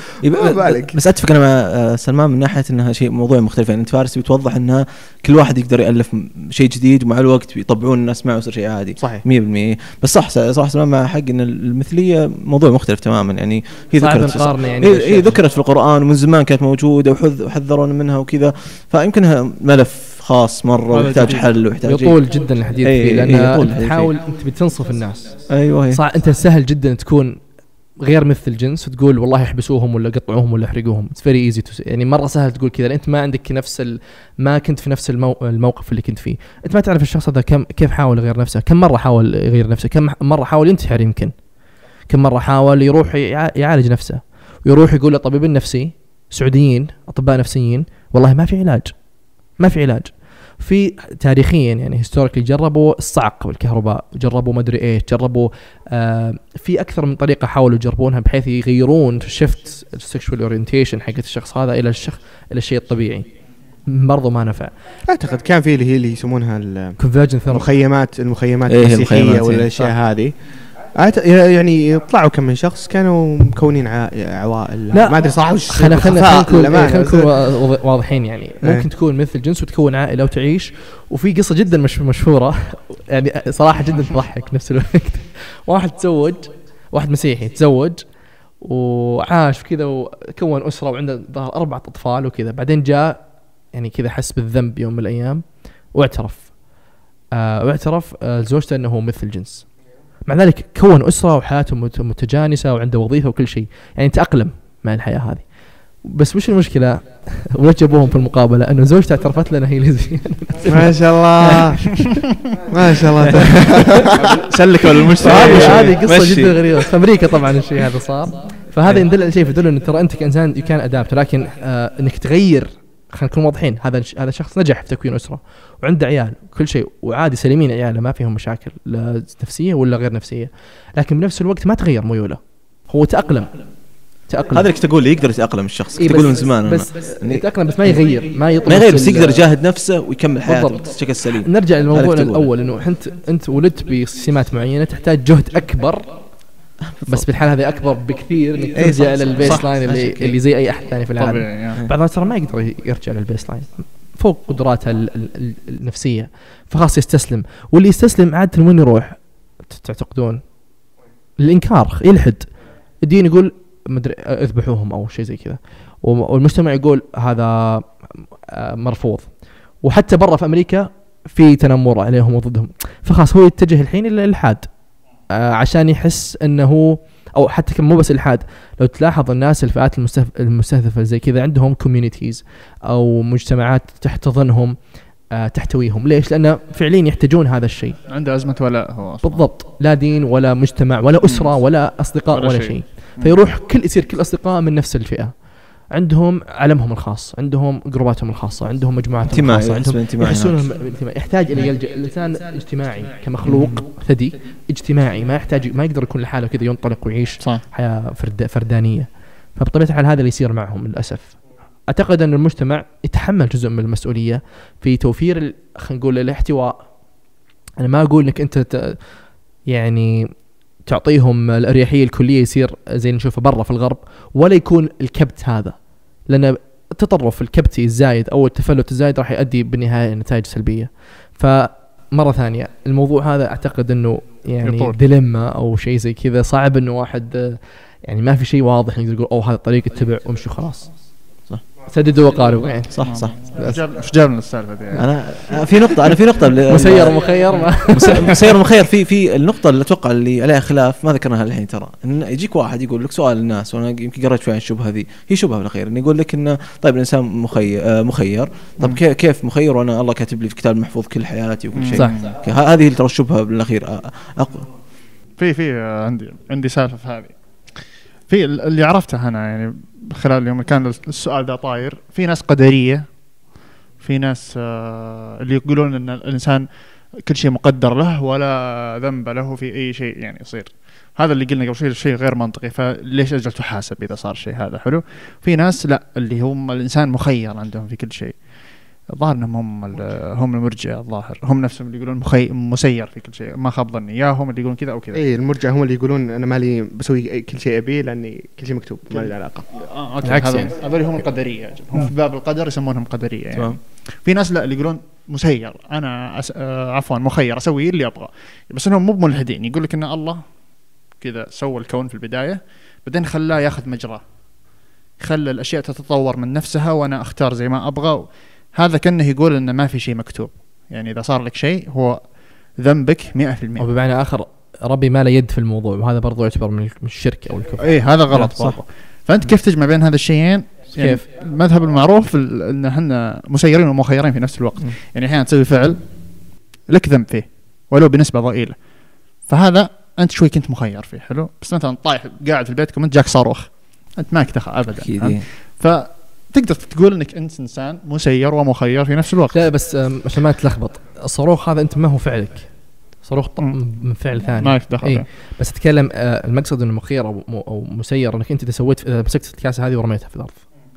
بس أتفق أنا مع سلمان من ناحية أنها شيء موضوع مختلف. يعني أنت فارس بتوضح أنها كل واحد يقدر يألف شيء جديد ومع الوقت يطبعون الناس معه ويصير شيء عادي صحيح مية بالمية. بس صح صراحة سلمان مع حق أن المثلية موضوع مختلف تماما. يعني هي ذكرت يعني هي ذكرت في القرآن ومن زمان كانت موجودة وحذرون منها وكذا، فيمكنها ملف خاص مرة ويحتاج حل ويحتاج يطول جدا الحديث فيه لأن تحاول أنت بتنصف الناس. أيوة صح أنت سهل جدا تكون غير مثل الجنس وتقول والله يحبسوهم ولا قطعوهم ولا يحرقوهم. It's very easy to say. يعني مرة سهل تقول كذا أنت ما عندك نفس ال... ما كنت في نفس المو... الموقف اللي كنت فيه. أنت ما تعرف الشخص هذا كم كيف حاول يغير نفسه، كم مرة حاول يغير نفسه، كم مرة حاول ينتحر، يمكن كم مرة حاول يروح يعالج نفسه ويروح يقول لطبيب النفسي سعوديين أطباء نفسيين والله ما في علاج ما في علاج. في تاريخيا يعني هيستوريكلي جربوا الصعق بالكهرباء، جربوا مدري ايش، جربوا آه في اكثر من طريقه حاولوا يجربونها بحيث يغيرون شيفت السكشوال اورينتيشن حق الشخص هذا الى الشخص الى الشيء الطبيعي، برضو ما نفع. اعتقد كان في اللي هي اللي يسمونها المخيمات المخيمات المسيحيه ولا الاشياء هذه يعني يطلعوا كم من شخص كانوا مكونين عوائل ما ادري صح وش. خلينا خلينا نكون واضحين يعني ممكن ايه. تكون مثل جنس وتكون عائله وتعيش. وفي قصه جدا مش مشهوره يعني صراحه جدا تضحك نفس الوقت. واحد تزوج، واحد مسيحي تزوج وعاش كذا وكون اسره وعنده ظهر اربعه اطفال وكذا، بعدين جاء يعني كذا حس بالذنب يوم من الايام واعترف آه واعترف آه زوجته انه هو مثل جنس. مع ذلك كون أسرة وحياته متجانسة وعنده وظيفة وكل شيء، يعني تأقلم مع الحياة هذه. بس وش المشكلة وجبوهم في المقابلة أنه زوجته اعترفت لنا هي لزبيان. ما شاء الله ما شاء الله سلكوا للمجتمع. هذه قصة جدا غريبة في أمريكا طبعا الشيء هذا صار. فهذا يدل على شيء، يدل أن ترى أنت كإنسان يكون أدابت، لكن آه أنك تغير. خلينا نكون واضحين، هذا هذا شخص نجح في تكوين أسرة وعنده عيال كل شيء وعادي سليمين عياله ما فيهم مشاكل لا نفسية ولا غير نفسية، لكن بنفس الوقت ما تغير ميوله، هو تأقلم تأقلم. هذا اللي تقول يقدر يتأقلم الشخص إيه تقول من زمان بس يتأقلم بس ما يغير ما يطلع ما يغير بس يقدر يجاهد نفسه ويكمل حياته بشكل سليم. نرجع للموضوع الأول إنه أنت أنت ولدت بسمات معينة تحتاج جهد أكبر بس بالحالة هذه أكبر بكثير إنك ترجع للبيس لاين اللي اللي زي أي أحد ثاني في العالم. يعني. بعض ترى ما يقدر يرجع للبيس لاين فوق قدراته النفسية، فخلاص يستسلم. واللي يستسلم عادة وين يروح تعتقدون؟ الإنكار، يلحد. الدين يقول مدري اذبحوهم أو شيء زي كذا، والمجتمع يقول هذا مرفوض. وحتى برا في أمريكا في تنمر عليهم وضدهم، فخلاص هو يتجه الحين إلى الإلحاد عشان يحس أنه، أو حتى كم مو بس الإلحاد، لو تلاحظ الناس الفئات المستهدفة زي كذا عندهم كوميونيتيز أو مجتمعات تحتضنهم تحتويهم. ليش؟ لأن فعليا يحتاجون هذا الشيء. عنده أزمة ولاء هو أصلاً. بالضبط، لا دين ولا مجتمع ولا أسرة ولا أصدقاء ولا, ولا شيء. فيروح كل يصير كل أصدقاء من نفس الفئة، عندهم علمهم الخاص، عندهم جروباتهم الخاصة، عندهم مجموعاتهم الخاصة، عندهم يحسونهم انتماء. يحتاج إلى يلجأ. الإنسان اجتماعي كمخلوق ثدي اجتماعي، ما يحتاج ما يقدر يكون لحاله كذا ينطلق ويعيش صح. حياة فرد فردانية. فبطبيعة الحال هذا اللي يصير معهم للأسف. أعتقد أن المجتمع يتحمل جزء من المسؤولية في توفير خلينا نقول الاحتواء. أنا ما أقول إنك أنت ت... يعني تعطيهم الأريحية الكلية يصير زي نشوفه برا في الغرب، ولا يكون الكبت هذا، لأن التطرف الكبتي الزايد أو التفلت الزايد راح يؤدي بالنهاية نتائج سلبية. فمرة ثانية الموضوع هذا أعتقد أنه يعني ديليما أو شيء زي كذا، صعب أنه واحد يعني ما في شيء واضح نقدر نقول أو هذا الطريق اتبع وامشي خلاص. صح، سددوا وقاربوا يعني. صح صح. ايش جاب من السالفه دي؟ انا في نقطه انا في نقطه مسير ومخير مسير ومخير في في النقطه اللي اتوقع اللي عليها خلاف ما ذكرناها الحين. ترى ان يجيك واحد يقول لك سؤال الناس، وانا يمكن قرأت شوي عن الشبهه هذه، هي شبهه بالاخير، انه يقول لك انه طيب الانسان مخير مخير طب كيف مخير وانا الله كاتب لي في كتاب محفوظ كل حياتي وكل شيء. هذه ترى الشبهه بالاخير. في في عندي عندي سالفه في هذه، في اللي عرفته أنا يعني خلال اليوم كان السؤال ده طاير. في ناس قدرية، في ناس آه اللي يقولون أن الإنسان كل شيء مقدر له ولا ذنب له في أي شيء يعني يصير. هذا اللي قلنا قبل شيء شيء غير منطقي، فليش أجل تحاسب إذا صار شيء هذا حلو. في ناس لا، اللي هم الإنسان مخير عندهم في كل شيء. الظاهر انهم هم هم المرجئه، الظاهر هم نفسهم اللي يقولون مخي... مسير في كل شيء، ما خاب ظني يا هم اللي يقولون كذا او كذا. اي المرجئه هم اللي يقولون انا مالي بسوي كل شيء ابي لاني كل شيء مكتوب ما لي علاقه. اه اوكي، هذول هذول هم القدريه، هم في باب القدر يسمونهم قدريه يعني. طبعا. في ناس لا اللي يقولون مسير، انا أس... آه عفوا مخير اسوي اللي ابغى، بس انهم مو ملحدين. يقول لك ان الله كذا سوى الكون في البدايه بعدين خلاه ياخذ مجراه، خلى الاشياء تتطور من نفسها وانا اختار زي ما ابغى. هذا كأنه يقول إنه ما في شيء مكتوب، يعني إذا صار لك شيء هو ذنبك مئة في المئة. وبمعنى آخر ربي ما له يد في الموضوع، وهذا برضو يعتبر من الشرك أو الكفر. إيه هذا غلط صح. فأنت كيف تجمع بين هذا الشيئين؟ يعني كيف؟ المذهب المعروف إن إحنا مسيرين ومخيرين في نفس الوقت. م. يعني أحيانا تسوي فعل لك ذنب فيه ولو بنسبة ضئيلة، فهذا أنت شوي كنت مخير فيه حلو. بس مثلا طايح قاعد في البيت كم جاك صاروخ، أنت ما كتخ أبدا. ف تقدر تقول انك انت انسان مسير ومخير في نفس الوقت. لا بس عشان ما تلخبط، الصاروخ هذا انت ما هو فعلك، صاروخ من فعل ثاني ما يدخل. إيه؟ بس اتكلم آه المقصد انه مخير او او مسير انك انت اذا سويت اذا مسكت الكاسه هذه ورميتها في الارض،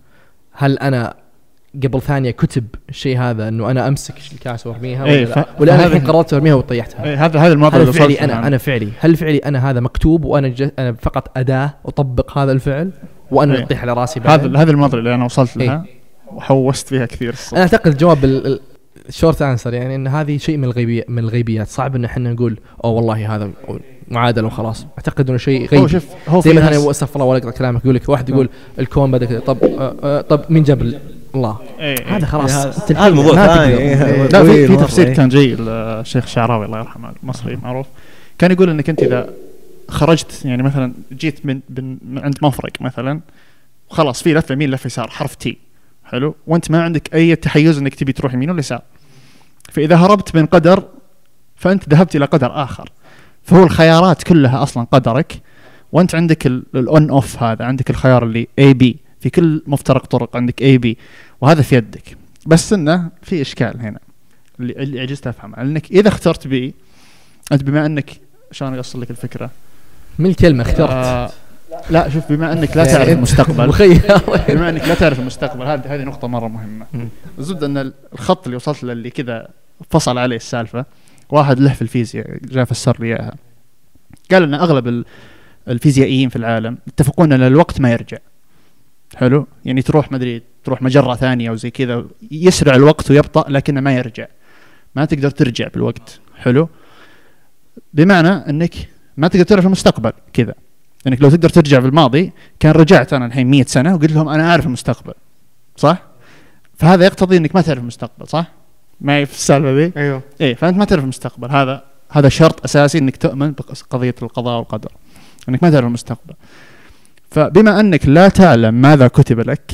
هل انا قبل ثانيه كتب الشيء هذا انه انا امسك الكاسه وارميها إيه ولا, ف... ولا انا الحين قررت ارميها وطيحتها؟ إيه هذا هذا الموضوع اللي فعلي انا انا فعلي هل فعلي انا هذا مكتوب وانا ج... انا فقط اداه اطبق هذا الفعل وانا اللي اطيح على راسي بعد؟ هذا هذا الموضوع اللي انا وصلت لها إيه؟ وحوست فيها كثير الصراحة. انا اعتقد الجواب الشورت انسر يعني ان هذه شيء من الغيبيات من الغيبيات، صعب ان احنا نقول او والله هذا معادله وخلاص. اعتقد انه شيء غيبي. هو شوف هو زي مثلا استغفر الله ولا اقرا كلامك يقول لك واحد يقول الكون بدا كذا، طب آه آه طب مين جاب الله؟ ايه هذا خلاص هذا الموضوع ثاني. إيه لا في, في تفسير إيه كان جاي الشيخ الشعراوي الله يرحمه المصري معروف، كان يقول انك انت اذا خرجت يعني مثلا جيت من, من عند مفرق مثلا وخلاص في لفه يمين لفه يسار حرف تي حلو، وانت ما عندك اي تحيز انك تبي تروح يمين ولا يسار، فاذا هربت من قدر فانت ذهبت الى قدر اخر. فهو الخيارات كلها اصلا قدرك، وانت عندك الاون اوف، هذا عندك الخيار اللي اي بي في كل مفترق طرق عندك اي بي، وهذا في يدك. بس انه في اشكال هنا اللي, اللي عجزت افهمه، انك اذا اخترت بي انت بما انك شلون اقصر لك الفكره من الكلمه اخترت آه لا شوف بما انك لا تعرف المستقبل بما انك لا تعرف المستقبل هذه هذه نقطه مره مهمه. الزبده ان الخط اللي وصلت له اللي كذا فصل عليه السالفه، واحد له في الفيزياء جاء فسر لي اياها، قال ان اغلب الفيزيائيين في العالم يتفقون ان الوقت ما يرجع. حلو، يعني تروح مدري تروح مجرة ثانية او زي كذا يسرع الوقت ويبطأ لكنه ما يرجع، ما تقدر ترجع بالوقت. حلو، بمعنى انك ما تقدر تعرف المستقبل كذا، انك لو تقدر ترجع بالماضي كان رجعت انا الحين مية سنة وقلت لهم انا اعرف المستقبل، صح؟ فهذا يقتضي انك ما تعرف المستقبل، صح؟ معي في السالفة ذي؟ ايوه. ايه، فانت ما تعرف المستقبل، هذا هذا شرط اساسي انك تؤمن بقضية القضاء والقدر، انك ما تعرف المستقبل. فبما انك لا تعلم ماذا كتب لك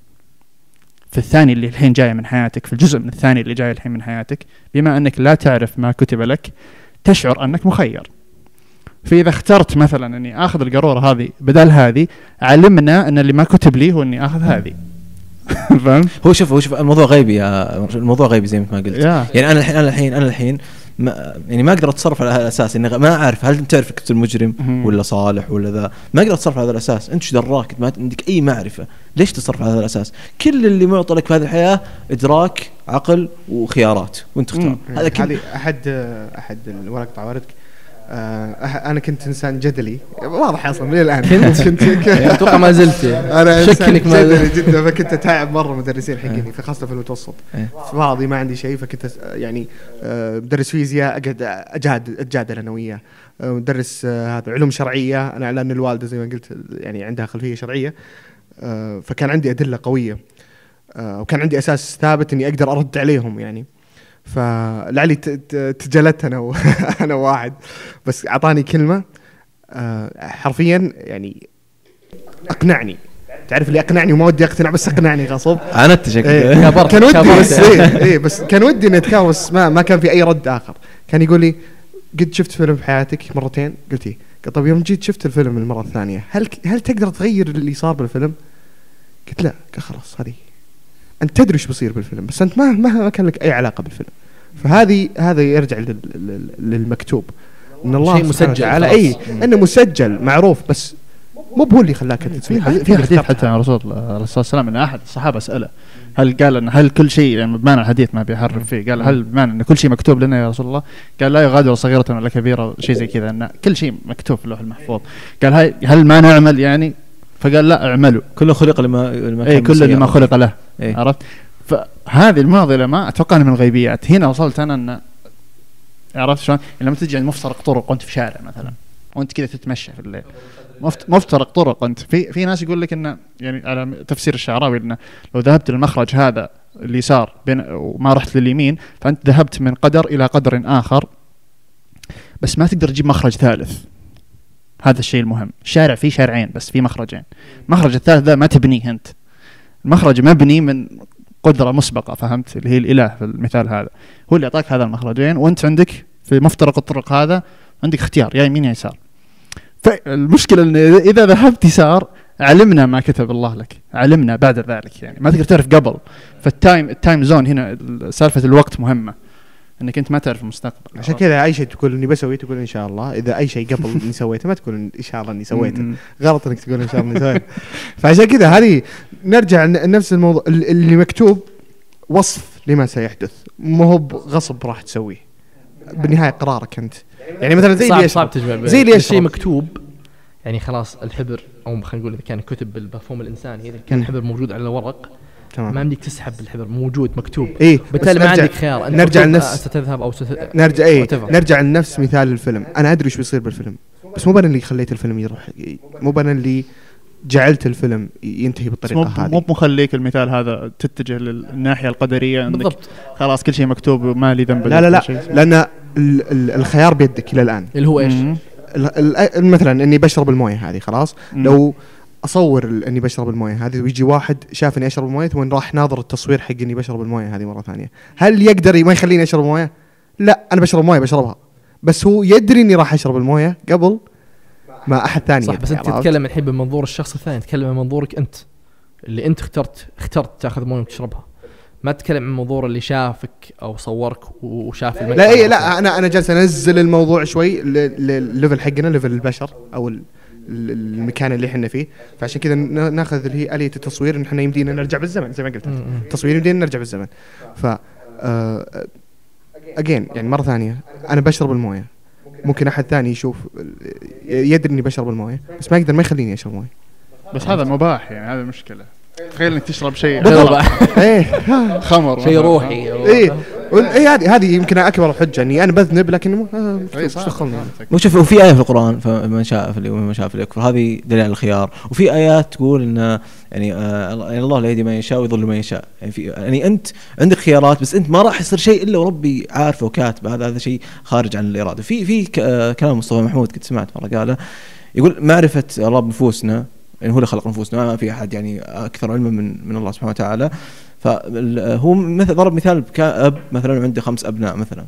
في الثاني اللي الحين جاي من حياتك، في الجزء من الثاني اللي جاي الحين من حياتك، بما انك لا تعرف ما كتب لك تشعر انك مخير. فاذا اخترت مثلا اني اخذ القارورة هذه بدل هذه، علمنا ان اللي ما كتب لي هو اني اخذ هذه. فهمت؟ هو شوف هو شوف الموضوع غيبي يا الموضوع غيبي زي ما قلت. yeah. يعني انا الحين انا الحين انا الحين ما يعني ما اقدر اتصرف على هذا الاساس، اني ما اعرف هل انت تعرف كنت المجرم mm-hmm. ولا صالح ولا ذا. ما اقدر اتصرف على هذا الاساس. انت شو دراك؟ ما عندك اي معرفه، ليش تصرف على هذا الاساس؟ كل اللي معطى لك في هذه الحياه ادراك، عقل وخيارات، وانت تختار. mm. هذا كل احد احد الورق طاوردك. آه انا كنت انسان جدلي واضح اصلا من الان. كنت كنت اتوقع ما زلت انا شكلك جدلي جدا، فكنت اتعب مره مدرسين حقيني في خاصه في المتوسط. في بعضي ما عندي شيء، فكنت يعني مدرس فيزياء اقعد اجادل اتجادل انا وياه. مدرس هذا علوم شرعيه، انا لان الوالده زي ما قلت يعني عندها خلفيه شرعيه، فكان عندي ادله قويه وكان عندي اساس ثابت اني اقدر ارد عليهم يعني. فلعلي تجلت انا و... انا واحد بس اعطاني كلمه حرفيا يعني اقنعني. تعرف اللي اقنعني وما ودي اقتنع بس اقنعني غصب. انا اتشكل إيه كان ودي بس ايه, إيه بس كان ودي اني اتكلم بس ما ما كان في اي رد اخر. كان يقول لي قد شفت فيلم في حياتك مرتين؟ قلت ايه. قال طيب يوم جيت شفت الفيلم المره الثانيه هل هل تقدر تغير اللي صار بالفيلم؟ قلت لا. قال خلاص هذه انت تدري ايش بيصير بالفيلم بس انت ما ما كان لك اي علاقه بالفيلم. فهذه هذا يرجع للمكتوب ان الله شيء مسجل على اي انه مسجل معروف بس مو هو اللي خلاك تسوي. في حديث حتى عن رسول الله صلى الله عليه وسلم ان احد الصحابه ساله هل قال ان هل كل شيء يعني بمعنى الحديث ما بيحرف فيه، قال هل بمعنى ان كل شيء مكتوب لنا يا رسول الله؟ قال لا يغادر صغيره ولا كبيره شيء زي كذا، ان كل شيء مكتوب في اللوح المحفوظ. قال هل ما نعمل يعني؟ فقال لا اعملوا، كل خلق لما لما اي كل اللي ما خلق له. إيه؟ عرفت؟ فهذه المعضله ما اتوقع من الغيبيات. هنا وصلت انا ان عرفت شلون لما تجي عند مفترق طرق وانت في شارع مثلا وانت كذا تتمشى في الليل، مفترق طرق انت في في ناس يقول لك انه يعني على تفسير الشعراوي انه لو ذهبت للمخرج هذا اليسار بين وما رحت لليمين فانت ذهبت من قدر الى قدر اخر، بس ما تقدر تجيب مخرج ثالث. هذا الشيء المهم. الشارع فيه شارعين بس في مخرجين، المخرج الثالث ذا ما تبنيه انت، المخرج مبني من قدرة مسبقة، فهمت؟ اللي هي الإله في المثال هذا هو اللي أعطاك هذا المخرجين، وأنت عندك في مفترق الطرق هذا عندك اختيار يا يمين يا يسار. فالمشكلة إن إذا ذهبت يسار علمنا ما كتب الله لك، علمنا بعد ذلك يعني ما تقدر تعرف قبل. فالتايم التايم زون هنا سالفة الوقت مهمة، انك انت ما تعرف المستقبل. عشان كذا اي شيء تقول اني بسوي تقول ان شاء الله. اذا اي شيء قبل اني سويته ما تقول ان شاء الله اني سويته. غلط انك تقول ان شاء الله اني سويته. فعشان كذا هذه نرجع لنفس الموضوع اللي مكتوب وصف لما سيحدث، مو هو غصب راح تسويه، بالنهايه قرارك انت. يعني مثلا زي اللي صعب تجمع زي اللي شيء مكتوب يعني خلاص الحبر او خلينا نقول اذا كان كتب بالمفهوم الانساني، اذا كان الحبر موجود على الورق تمام. ما عندك تسحب الحبر، موجود مكتوب. إيه بالتالي ما عندك خيار، أنت نرجع لنفس ستذهب او ست... نرجع ايه نرجع لنفس مثال الفيلم. انا ادري ايش بيصير بالفيلم بس مو انا اللي خليت الفيلم يروح، مو انا اللي جعلت الفيلم ينتهي بالطريقه هذه. مو مخليك المثال هذا تتجه للناحيه القدريه انك بالضبط. خلاص كل شيء مكتوب وما لي ذنب. لا لا لا لان الخيار بيدك الى الان اللي هو ايش؟ مثلا اني بشرب المويه هذه خلاص. لو اصور اني بشرب المويه هذه ويجي واحد شاف اني اشرب المويه وين راح ناظر التصوير حق اني بشرب المويه هذه مره ثانيه، هل يقدر ما يخليني اشرب المويه؟ لا، انا بشرب مويه بشربها، بس هو يدري اني راح اشرب المويه قبل ما احد ثاني. صح، بس انت تتكلم الحين من منظور الشخص الثاني، تتكلم من منظورك انت اللي انت اخترت اخترت تاخذ مويه وتشربها، ما تتكلم عن منظور اللي شافك او صورك وشاف المكان. لا ايه لا انا انا جالس انزل الموضوع شوي للليفل حقنا، ليفل البشر او المكان اللي احنا فيه. فعشان كذا ناخذ اللي هي آلية التصوير ان احنا يمدينا نرجع بالزمن زي ما قلت. التصوير يمدينا نرجع بالزمن. ف اجين يعني مره ثانيه انا بشرب المويه، ممكن احد ثاني يشوف يدري اني بشرب المويه بس ما يقدر ما يخليني اشرب مويه. بس هذا مباح يعني، هذا المشكله. تخيل انك تشرب شيء ايه خمر شيء روحي ايه ايه هذه هذه يمكن اكبر حجه اني انا بذنب لكن مو دخلني. وشوف وفي ايه في القران فمن شاء فليؤمن شاء فليكفر، هذه دليل على الخيار. وفي ايات تقول ان يعني آه الله لا يهدي من يشاء ويضل من يشاء، يعني في يعني انت عندك خيارات بس انت ما راح يصير شيء الا وربي عارفه وكاتبه، هذا هذا شيء خارج عن الاراده. في في كلام مصطفى محمود كنت سمعت مره قاله، يقول معرفه الله بنفوسنا يعني هو اللي خلق نفوسنا، ما في احد يعني اكثر علما من من الله سبحانه وتعالى. فهو مثل ضرب مثال كأب مثلا عنده خمس أبناء مثلا،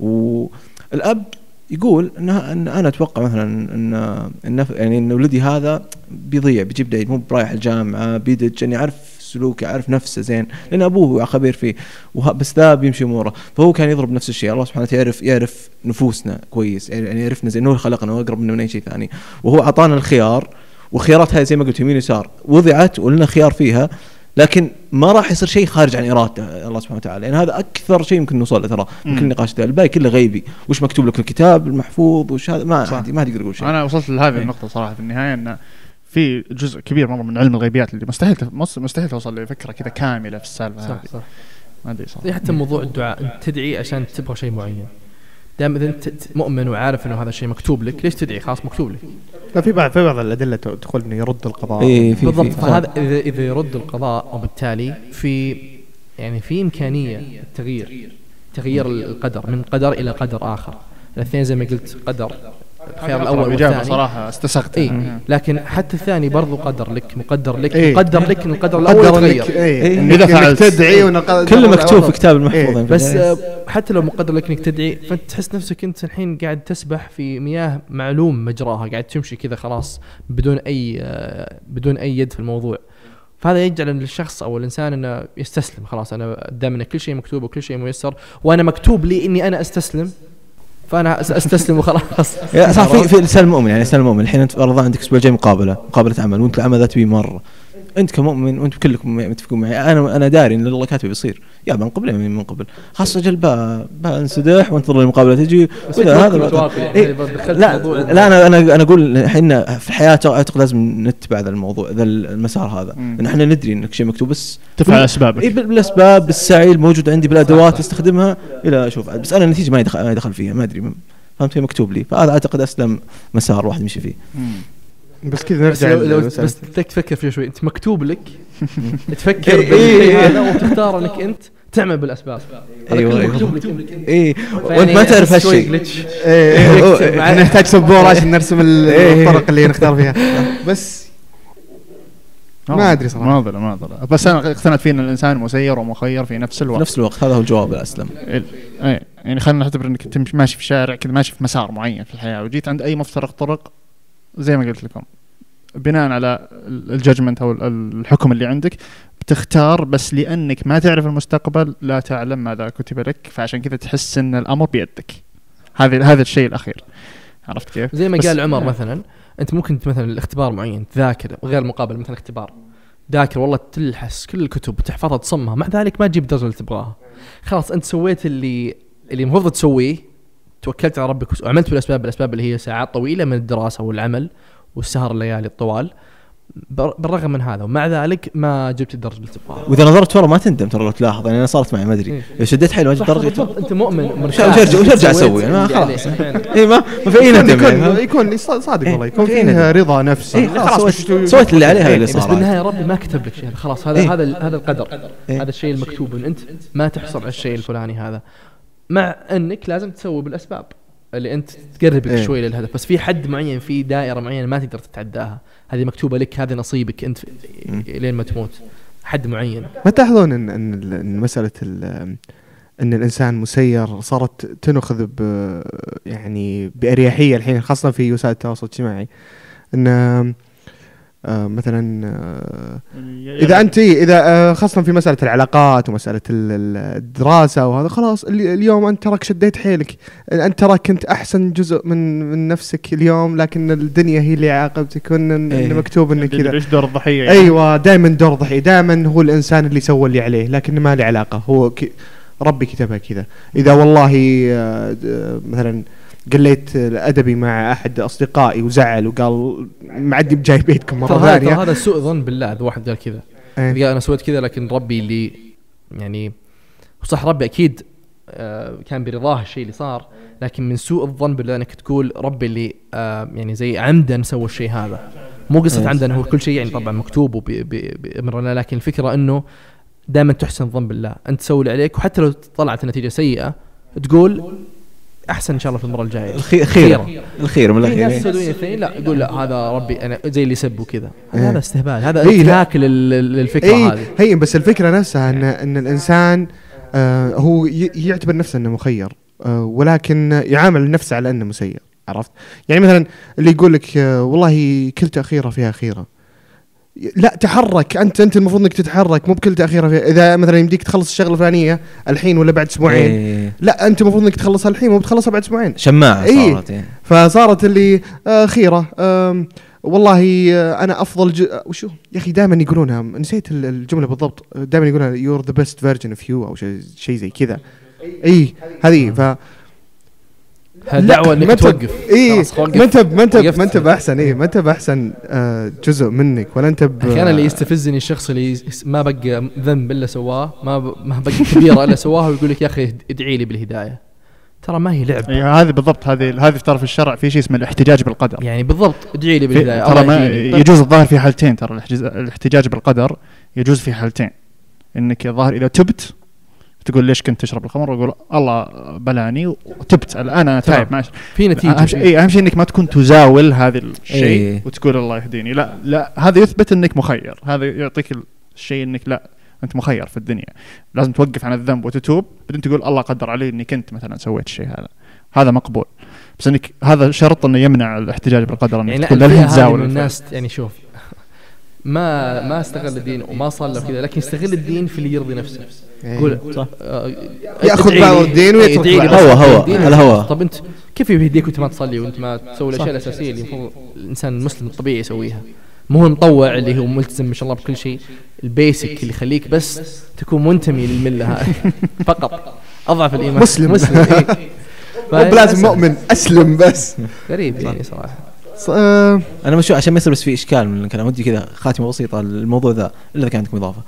والأب يقول إن أنا أتوقع مثلا إن إن يعني إن ولدي هذا بيضيع بيجيب دايد مو برايح الجامعة بيدج، يعني يعرف سلوكه يعرف نفسه زين لأن أبوه خبير فيه بس ذا بيمشي أموره. فهو كان يضرب نفس الشيء، الله سبحانه وتعالى يعرف يعرف نفوسنا كويس، يعني يعرفنا زين، إنه خلقنا وأقرب منه من أي شيء ثاني، وهو أعطانا الخيار. وخيارات هاي زي ما قلت يمين يسار وضعت ولنا خيار فيها، لكن ما راح يصير شيء خارج عن إرادة الله سبحانه وتعالى. يعني هذا أكثر شيء يمكن نوصل له ترى من كل نقاش ده. الباقي كله غيبي، وش مكتوب لك في الكتاب المحفوظ وش هذا ما حد ما تقدر تقول شيء. أنا وصلت لهذه ايه. النقطة صراحة في النهاية، أن في جزء كبير مرة من علم الغيبيات اللي مستحيل مستحيل توصل لفكرة كذا كاملة في السالفة هذه. صح صح. ما أدري صح. حتى موضوع الدعاء أنت تدعي عشان تبغى شيء معين، دام إذا أنت مؤمن وعارف إنه هذا الشيء مكتوب لك ليش تدعي؟ خلاص مكتوب لك. لا في بعض في بعض الأدلة تقول إنه يرد القضاء. إيه بالضبط. فهذا إذا إذا يرد القضاء وبالتالي في يعني في إمكانية تغيير تغيير القدر من قدر إلى قدر آخر. الاثنين زي ما قلت قدر الخيار الأول والثاني صراحة استسقت. إيه. لكن حتى الثاني برضو قدر لك مقدر لك إيه. مقدر لك القدر الأول يتغير. إيه. إيه. إذا فعلت تدعي كل مكتوب في كتاب المحفوظ. إيه. بس آه حتى لو مقدر لك إنك تدعي فأنت تحس نفسك أنت الحين قاعد تسبح في مياه معلوم مجراها، قاعد تمشي كذا خلاص بدون أي آه بدون أي يد في الموضوع. فهذا يجعل الشخص أو الإنسان أنه يستسلم. خلاص أنا دام كل شيء مكتوب وكل شيء ميسر وأنا مكتوب لي إني أنا أستسلم، فأنا أستسلم وخلاص. صح. في في لسان المؤمن يعني لسان المؤمن الحين أنت فرضا عندك أسبوع جاي مقابلة مقابلة عمل وأنت العمل ذا تبي مرة، أنت كمؤمن وأنت كلكم متفقون معي، أنا أنا داري إن الله كاتب بيصير يا من قبل من من قبل خاصة جلبا بنسدح وانتظر المقابلة تجي هذا. إيه لا لا أنا أنا أنا أقول إحنا في الحياة أعتقد لازم نتبع هذا الموضوع ذا المسار هذا، إن إحنا ندري إنك شيء مكتوب بس تفعل أسبابك. إيه بالأسباب بالسعي الموجود عندي بالأدوات استخدمها إلى أشوف، بس أنا النتيجة ما يدخل ما يدخل فيها ما أدري فهمت مكتوب لي. فهذا أعتقد أسلم مسار واحد يمشي فيه. بس كذا نرجع لو بس تفكر فيه شوي، أنت مكتوب لك تفكر إيه هذا وتختار أنك أنت تعمل بالأسباب. أيوة مكتوب لك إيه وأنت ما تعرف هالشيء. إيه نحتاج سبورة عشان نرسم الطرق اللي نختار فيها. بس ما أدري صراحة. ما أدري ما أدري بس أنا اقتنعت فيه إن الإنسان مسير ومخير في نفس الوقت. في نفس الوقت هذا هو الجواب الأسلم. إيه يعني خلينا نعتبر إنك تمشي ماشي في شارع كذا ماشي في مسار معين في الحياة وجيت عند أي مفترق طرق زي ما قلت لكم بناء على الجاجمنت أو الحكم اللي عندك بتختار، بس لأنك ما تعرف المستقبل لا تعلم ماذا كتب لك، فعشان كذا تحس إن الأمر بيدك. هذا هذا الشيء الأخير. عرفت كيف؟ زي ما قال عمر مثلا أنت ممكن مثلا الاختبار معين تذاكر غير مقابل مثلا اختبار ذاكر والله تلحس كل الكتب وتحفظها تصمها، مع ذلك ما تجيب الدرجة اللي تبغاها. خلاص أنت سويت اللي اللي المفروض تسويه، توكلت على ربك وعملت بالأسباب الأسباب اللي هي ساعات طويلة من الدراسة والعمل والسهر الليالي الطوال، بالرغم من هذا ومع ذلك ما جبت الدرجة اللي تبغاها. وإذا نظرت ورا ما تندم ترى لو تلاحظ يعني أنا صارت معي ما أدري إيه. شديت حيل وجه درجة أنت مؤمن وشرجع وشرجع أسوي يعني ما خلاص إيه ما ما في أي ندم يكون يكون صادق والله يكون فيه رضا نفسي. إيه خلاص سويت اللي عليها اللي صار. بس بالنهاية ربي ما كتب لك شيء خلاص هذا إيه. هذا هذا القدر إيه. هذا الشيء المكتوب إن أنت ما تحصل على الشيء الفلاني هذا، مع أنك لازم تسوي بالأسباب اللي أنت تقربك إيه. شوي للهدف، بس في حد معين في دائرة معينة ما تقدر تتعداها، هذه مكتوبة لك هذه نصيبك أنت لين ما تموت حد معين. ما تلاحظون إن إن إن مسألة إن الإنسان مسير صارت تنخذ ب يعني بأريحية الحين خاصة في وسائل التواصل الاجتماعي، إن آه مثلا آه إذا أنت إذا آه خاصة في مسألة العلاقات ومسألة الدراسة وهذا خلاص اليوم أنت تراك شديت حيلك، أنت تراك كنت أحسن جزء من من نفسك اليوم، لكن الدنيا هي اللي عاقبتك إن إيه. مكتوب إن كذا ليش دور الضحية يعني. أيوة دائما دور ضحية، دائما هو الإنسان اللي سوى اللي عليه لكن ما له علاقة، هو ربي كتبها كذا. إذا والله آه مثلا قليت ادبي مع احد اصدقائي وزعل وقال معدي بجاي بيتكم مره ثانيه. هذا سوء ظن بالله. هذا واحد قال كذا ايه. قال انا سويت كذا لكن ربي اللي يعني صح ربي اكيد آه كان برضاه الشيء اللي صار، لكن من سوء الظن بالله انك تقول ربي اللي آه يعني زي عمدا سوى الشيء هذا. مو قصة عندنا هو كل شيء يعني طبعا مكتوب وبأمرنا، لكن الفكرة انه دائما تحسن الظن بالله. انت تسوي اللي عليك، وحتى لو طلعت النتيجة سيئة تقول احسن ان شاء الله في المرة الجاية. الخير خير الخير من الاخير. الناس السوداويين الثانيين لا يقول لا هذا ربي انا زي اللي يسب وكذا. إيه. هذا استهبال، هذا إيه انتهاك للفكرة إيه هذه. هي بس الفكرة نفسها ان ان الانسان آه هو يعتبر نفسه انه مخير، آه ولكن يعامل نفسه على انه مسير. عرفت؟ يعني مثلا اللي يقول لك آه والله كل تأخيرة فيها خيرة، لا تحرك انت انت المفروض انك تتحرك، مو بكل تأخيرة فيها. اذا مثلا يمديك تخلص الشغله الفلانيه الحين ولا بعد اسبوعين، إيه. لا انت المفروض انك تخلصها الحين مو بتخلصها بعد اسبوعين. شماعه إيه. صارت إيه. فصارت اللي آه خيره آه والله آه انا افضل ج... وشو يا اخي دائما يقولونها، نسيت الجمله بالضبط، دائما يقولونها you're the best version of you او شيء شيء زي كذا. اي هذه ف دعوة انك توقف. ايه ما انت ما انت ما انت باحسن ايه ما انت باحسن آه جزء منك ولا انت احيانا اللي يستفزني الشخص اللي ما بقى ذنب الا سواه، ما ب... ما بقى كبيره الا سواها، ويقول لك يا اخي ادعي لي بالهدايه. ترى ما هي لعب. إيه هذه بالضبط، هذه هذه ترى في الشرع في شيء اسمه الاحتجاج بالقدر. يعني بالضبط ادعي لي بالهدايه. ترى ما يجوز الظاهر في حالتين، ترى الاحتجاج بالقدر يجوز في حالتين، انك الظاهر اذا تبت تقول ليش كنت تشرب الخمر، ويقول الله بلاني وتبت الان انا تايب ماشي في نتيجه. اهم شيء اهم شيء انك ما تكون تزاول هذا الشيء ايه. وتقول الله يهديني، لا لا هذا يثبت انك مخير، هذا يعطيك الشيء انك لا انت مخير في الدنيا، لازم توقف عن الذنب وتتوب، بعدين تقول الله قدر علي اني كنت مثلا سويت الشيء هذا، هذا مقبول. بس انك هذا شرط انه يمنع الاحتجاج بالقدر، انك يعني تقول لا تزاول الناس. يعني شوف ما ما استغل الدين وما صلى وكذا، لكن استغل الدين في اللي يرضي نفسه. يقول آه ياخذ بعض الدين ويترك هو هو الهوى. طب انت كيف يهديك وانت ما تصلي وانت ما تسوي الاشياء الاساسيه اللي المفروض الانسان المسلم الطبيعي يسويها؟ مو المطوع اللي هو ملتزم ما شاء الله بكل شيء، البيسك اللي يخليك بس تكون منتمي للمله هذه فقط. اضعف الايمان مسلم مسلم إيه؟ مو لازم مؤمن، اسلم بس. غريب يعني صراحه. آه انا مش عشان ما يصير بس في اشكال من الكلام، ودي كذا خاتمه بسيطه الموضوع ذا الا اذا كان عندكم اضافه.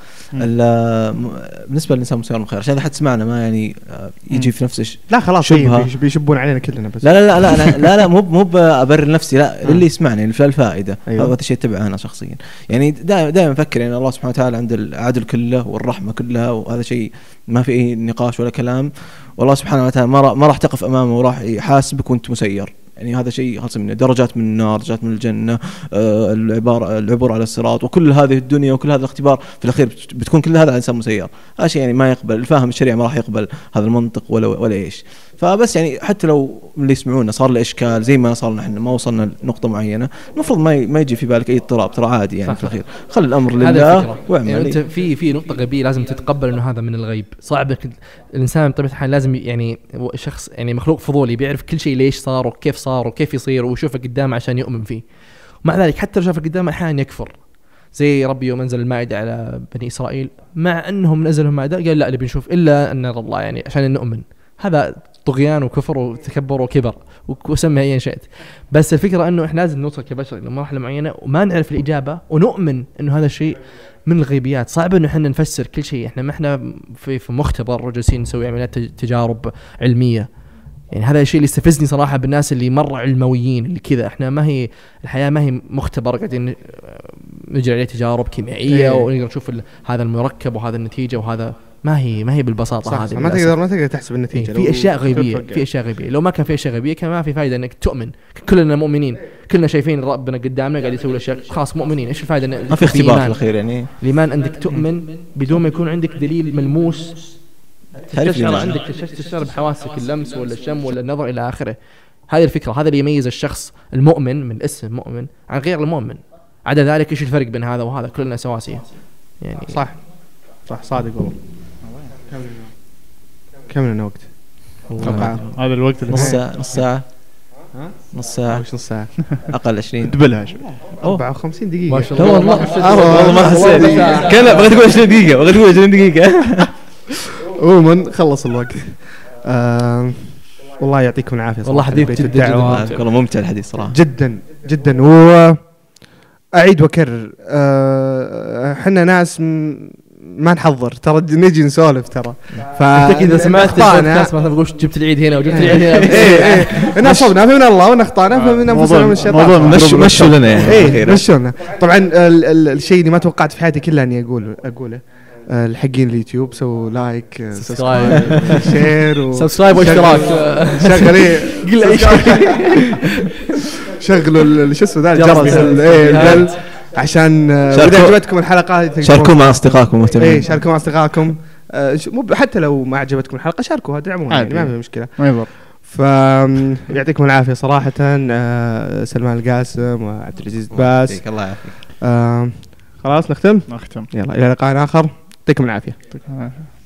بالنسبه للانسان مسير من خير، عشان اذا حد سمعنا ما يعني يجي في نفس الشيء. لا خلاص بيشبون علينا كلنا بس. لا لا لا لا لا, لا مو مو بابرر نفسي، لا اللي يسمعني اللي في الفائده. أيوة. هذا الشيء تبعه انا شخصيا، يعني دائما دائما افكر ان يعني الله سبحانه وتعالى عند العدل كله والرحمه كلها، وهذا شيء ما في اي نقاش ولا كلام. والله سبحانه وتعالى ما ما راح تقف امامه وراح يحاسبك وانت مسير. يعني هذا شيء خاص منه، درجات من النار، درجات من الجنة، آه العبارة العبور على الصراط، وكل هذه الدنيا وكل هذا الاختبار في الأخير بتكون كل هذا على إنسان مسير. هذا شيء يعني ما يقبل الفاهم الشريعة، ما راح يقبل هذا المنطق ولا ولا إيش. فبس يعني حتى لو اللي يسمعونا صار له إشكال زي ما صار نحن ما وصلنا لنقطة معينة، المفروض ما ما يجي في بالك أي اضطراب، ترى عادي يعني. في الأخير خل الأمر لله واعمل. يعني أنت في في نقطة غبية لازم تتقبل إنه هذا من الغيب. صعب الإنسان بطبيعة الحال لازم يعني شخص يعني مخلوق فضولي بيعرف كل شيء ليش صار وكيف صار وكيف يصير ويشوفه قدامه عشان يؤمن فيه. ومع ذلك حتى لو شافه قدامه أحيانا يكفر، زي ربي يوم أنزل المائدة على بني إسرائيل مع أنهم نزلوا المائدة قال لا اللي بنشوف إلا أن نرى الله يعني عشان نؤمن. هذا طغيان وكفر وتكبر وكبر وسمي أي شيء. بس الفكرة أنه إحنا لازم نوصل كبشر إلى مرحلة معينة وما نعرف الإجابة ونؤمن أنه هذا الشيء من الغيبيات. صعب أنه إحنا نفسر كل شيء. إحنا ما إحنا في في مختبر جالسين نسوي عمليات تجارب علمية. يعني هذا الشيء اللي استفزني صراحة بالناس اللي مرة علمويين اللي كذا. إحنا ما هي الحياة ما هي مختبر قاعدين نجري عليه تجارب كيميائية ونقدر نشوف هذا المركب وهذا النتيجة وهذا ما هي ما هي بالبساطة هذه. ما تقدر ما تقدر تحسب النتيجة. في أشياء غيبية في أشياء غيبية. لو ما كان في أشياء غيبية كان ما في فائدة إنك تؤمن. كلنا مؤمنين، كلنا شايفين ربنا قدامنا قاعد يسوي الأشياء، خلاص مؤمنين. إيش الفائدة؟ ما في اختبار في الأخير يعني. الإيمان عندك تؤمن بدون ما يكون عندك دليل ملموس تشعر عندك تشعر بحواسك اللمس ولا الشم ولا النظر إلى آخره. هذه الفكرة، هذا اللي يميز الشخص المؤمن من الاسم مؤمن عن غير المؤمن. عدا ذلك إيش الفرق بين هذا وهذا؟ كلنا سواسية يعني. صح صح صادق والله. كم لنا وقت؟ هذا الوقت نص ساعة نص ساعة نص ساعة وش نص ساعة أقل عشرين دبلها شوي أربعة وخمسين دقيقة ما شاء الله. والله والله ما حسيت كلا بغيت أقول عشرين دقيقة بغيت أقول عشرين دقيقة عموما خلص الوقت. آه والله يعطيكم العافيه والله حديث جدا جدا والله ممتع الحديث صراحه جدا جدا. و اعيد واكرر احنا أه ناس ما نحضر ترى، نجي نسولف ترى. فانت اذا سمعت الناس مثلا تقول جبت العيد هنا وجبت العيد هنا، ايه ايه نصبنا من الله ونخطانا فمن انفسنا من الشيطان. مشوا مشوا لنا يعني ايه مشوا لنا. طبعا الشيء اللي ما توقعت في حياتي كلها اني اقول اقوله الحقين اليوتيوب سووا لايك سبسكرايب شير سبسكرايب واشتراك شغل ايه قل اي شيء شغلوا شو اسمه ذا الجرس ايه عشان اذا عجبتكم الحلقه شاركوا مع اصدقائكم مهتمين. ايه شاركوا مع اصدقائكم مو حتى لو ما عجبتكم الحلقه شاركوها دعموها يعني ما في مشكله. فيعطيكم العافيه صراحه سلمان القاسم وعبد العزيز باس. الله يعافيك. خلاص نختم نختم يلا الى لقاء اخر. يعطيكم العافيه.